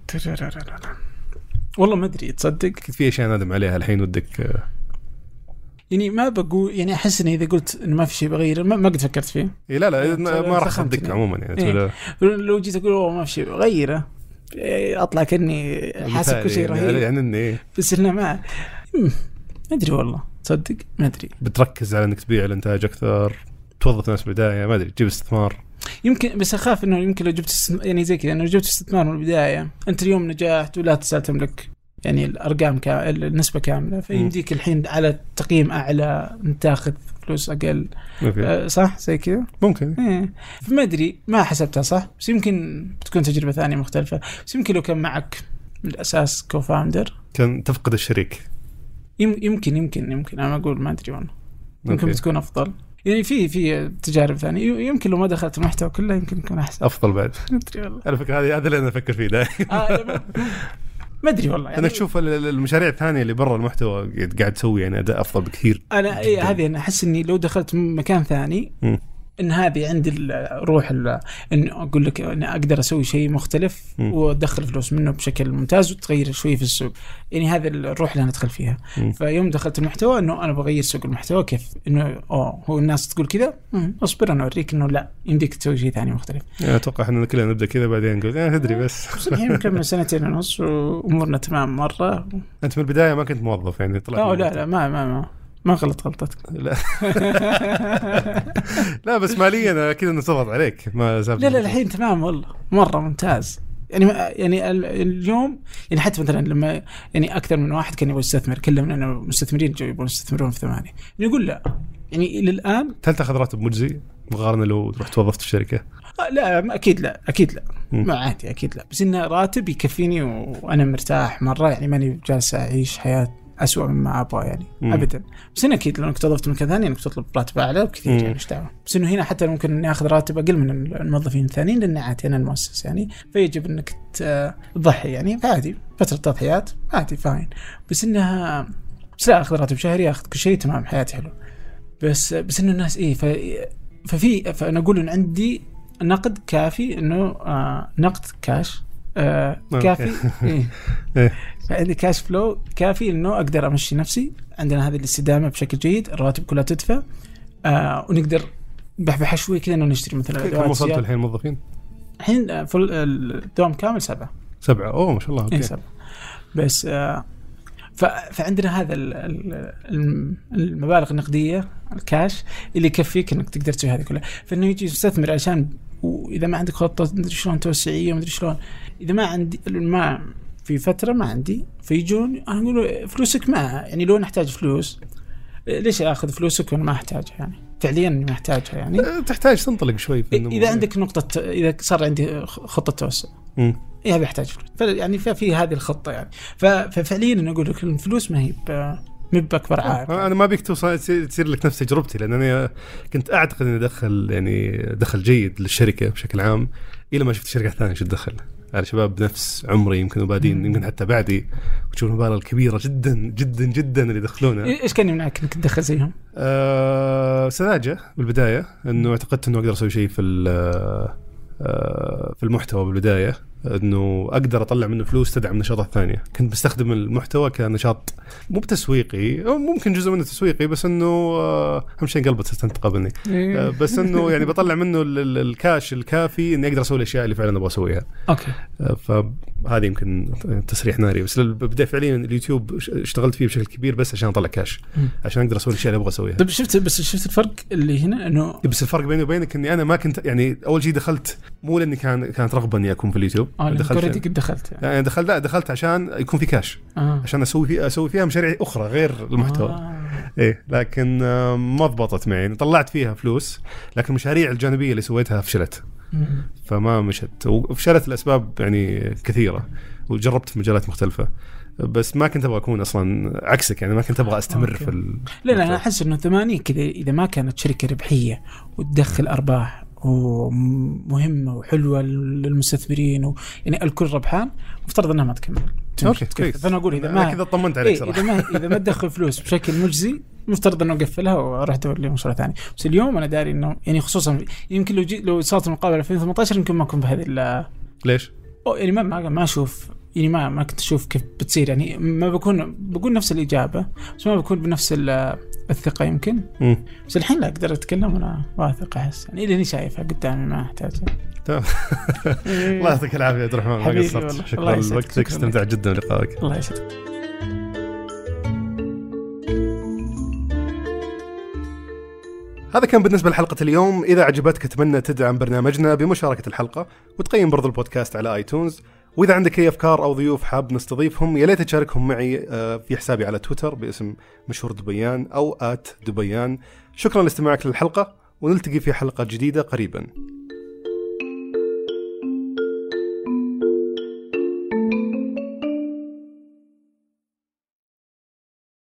والله ما أدري تصدق كنت في أشياء نادم عليها الحين ودك يعني ما بقول يعني أحس إني إذا قلت إنه ما في شيء بغيره ما ما قد فكرت فيه. إيه لا لا ما راح أصدقك عموما يعني. إيه. لو جيت أقول أوه ما في شيء بغيره أطلع كأني حاسب كل شيء رهيب يعني إني بس إنه ما ما أدري والله تصدق ما أدري. بتركز على إنك تبيع الإنتاج أكثر توظف ناس بالبدايه، ما ادري تجيب استثمار يمكن، بس اخاف انه يمكن لو جبت استثمار يعني زي كذا، انه جبت استثمار من البدايه انت اليوم نجحت ولا تزال تملك يعني الارقام كا... النسبه كامله، فيمديك الحين على تقييم اعلى تاخذ فلوس اقل. أه صح زي كذا ممكن. ايه فما ادري ما حسبتها صح، بس يمكن بتكون تجربه ثانيه مختلفه. بس يمكن لو كان معك من الاساس كوفاوندر كان تفقد الشريك، يمكن يمكن يمكن انا اقول ما ادري والله، يمكن بتكون افضل. يعني في في تجارب ثانيه يمكن لو ما دخلت المحتوى كله يمكن يكون احسن افضل بعد. ما ادري والله. على فكره هذه هذا اللي انا افكر فيه ده. آه ما ادري والله يعني. انا اشوف المشاريع الثانيه اللي برا المحتوى قاعد تسوي يعني اداء افضل بكثير. انا إيه هذه انا احس اني لو دخلت مكان ثاني م. ان هذه عندي الروح ان اقول لك ان اقدر اسوي شيء مختلف م. وادخل فلوس منه بشكل ممتاز وتغير شوي في السوق. يعني هذا الروح اللي انا ادخل فيها. م. فيوم دخلت المحتوى انه انا بغير سوق المحتوى كيف انه اه هو الناس تقول كذا اصبر انا اوريك انه لا يمديك تسوي شيء ثاني مختلف. اتوقع احنا كلنا نبدا كذا بعدين نقول اه تدري بس الحين نكمل سنتين ونص وامورنا تمام مره. انت من البدايه ما كنت موظف يعني طلعت؟ لا لا لا ما ما ما ما غلط غلطتك. لا لا بس ماليا كذا نضغط عليك ما لا لا الحين تمام والله مرة ممتاز. يعني يعني اليوم يعني حتى مثلا لما يعني أكثر من واحد كان يبغى يستثمر كلمنا أنه مستثمرين جو يبغون يستثمرون في ثمانية يقول لا يعني إلى الآن. هل تأخذ راتب مجزي مقارنة لو رحت وظفت في الشركة؟ لا أكيد لا أكيد لا ما عادي أكيد لا، بس إنه راتب يكفيني وأنا مرتاح مرة يعني ماني جالس أعيش حياة أسوأ مما أبغى يعني مم. أبدا. بس هنا أكيد لو أنك توظفت مكان ثاني أنك تطلب راتب أعلى بكثير يعني إيش دعوة. بس إنه هنا حتى ممكن إني أخذ راتب أقل من الموظفين الثانيين لأن عادي أنا المؤسس يعني، فيجب إنك تضحي يعني عادي فترة تضحيات عادي فاين. بس إنها بس لا أخذ راتب شهري أخذ كل شيء تمام حياتي حلو. بس بس إنه الناس إيه ف ففي فأنا أقول إن عندي نقد كافي إنه آه نقد كاش آه كافي إيه فعندي كاش فلو كافي إنه أقدر أمشي نفسي. عندنا هذه الاستدامة بشكل جيد، الرواتب كلها تدفع آه ونقدر بحبح شوي كذا إنه نشتري مثلا. كم وصلت الحين موظفين؟ الحين فل الدوام كامل سبعة. سبعة أوه ما شاء الله. إيه سبعة بس آه فعندنا هذا المبالغ النقدية الكاش اللي يكفيك إنك تقدر تسوي هذه كلها. فإنه يجي يستثمر عشان وإذا ما عندك خطة مدري شلون توسعية مدري شلون، إذا ما عندي ما في فترة ما عندي فيجون أنا أقول فلوسك ما يعني لو نحتاج فلوس ليش أخذ فلوسك وأنا ما أحتاجها يعني فعليا ما أحتاجها يعني تحتاج تنطلق شوي في إذا عندك نقطة إذا صار عندي خطة توسع إيه بيحتاج فلوس يعني في هذه الخطة يعني ففعليا أنا أقول لك الفلوس ما هي مو بأكبر عائق. أنا ما بيك توصل تصير لك نفس تجربتي لأن أنا كنت أعتقد إني دخل يعني دخل جيد للشركة بشكل عام إلى ما شفت شركة ثانية شو تدخل على شباب بنفس عمري يمكن وبعدين يمكن حتى بعدي وتشوف المبالغ الكبيرة جدا جدا جدا اللي يدخلونها. إيش كان يمنعك إنك تدخل زيهم؟ أه سذاجة بالبداية إنه اعتقدت إنه أقدر أسوي شيء في في المحتوى بالبداية انه اقدر اطلع منه فلوس تدعم نشاطات ثانيه. كنت بستخدم المحتوى كنشاط مو بتسويقي او ممكن جزء منه تسويقي بس انه اهم شيء قلبت تستنتقبني بس انه يعني بطلع منه الكاش الكافي اني اقدر اسوي الاشياء اللي فعلا ابغى اسويها. اوكي فهذه يمكن تسريح ناري بس بالبدايه فعليا اليوتيوب اشتغلت فيه بشكل كبير بس عشان اطلع كاش عشان اقدر اسوي الاشياء اللي ابغى اسويها. طيب شفت بس شفت الفرق اللي هنا انه بس الفرق بيني وبينك اني انا ما كنت يعني اول شيء دخلت مو لاني كان كانت رغبه اني اكون في اليوتيوب آه دخلت كنت دخلت يعني, يعني دخلت لا دخلت عشان يكون في كاش آه. عشان اسوي فيها اسوي فيها مشاريع اخرى غير المحتوى آه. ايه لكن ما ضبطت معي طلعت فيها فلوس لكن المشاريع الجانبيه اللي سويتها فشلت مم. فما مشت وفشلت الاسباب يعني كثيره وجربت في مجالات مختلفه بس ما كنت ابغى اكون اصلا عكسك يعني ما كنت ابغى استمر أوكي. في ال... لا لا انا احس انه ثمانية كذا اذا ما كانت شركه ربحيه وتدخل ارباح ومهمة وحلوة للمستثمرين و... يعني الكل ربحان مفترض أنها ما تكمل. أوكي. فأنا أقول إذا ما كذا طمنت عليك صراحة. إذا ما إذا ما تدخل فلوس بشكل مجزي مفترض أنه أقفلها وأروح أدور لي مشروع ثاني. بس اليوم أنا داري إنه يعني خصوصا يمكن لو جي... لو صارت المقابلة ألفين وثمانية عشر يمكن ما أكون بهذه ال... ليش؟ أو يعني ما ما ما أشوف يعني ما ما كنت أشوف كيف بتصير يعني ما بكون بقول نفس الإجابة بس ما بكون بنفس الثقة يمكن م. بس الحين لا أقدر أتكلم وأنا واثق أحس يعني اللي شايفها قدامي ما أحتاج. تمام. الله يعطيك العافية عبد الرحمن ما قصرت شكرا لوقتك استمتعت جدا بلقائك. الله يسعدك. هذا كان بالنسبة لحلقة اليوم. إذا عجبتك أتمنى تدعم برنامجنا بمشاركة الحلقة وتقيم برضو البودكاست على آيتونز. وإذا عندك أي أفكار أو ضيوف حاب نستضيفهم يا ليت تشاركهم معي في حسابي على تويتر باسم مشهور دبيان أو آت دبيان. شكرا لاستماعك للحلقة ونلتقي في حلقة جديدة قريبا.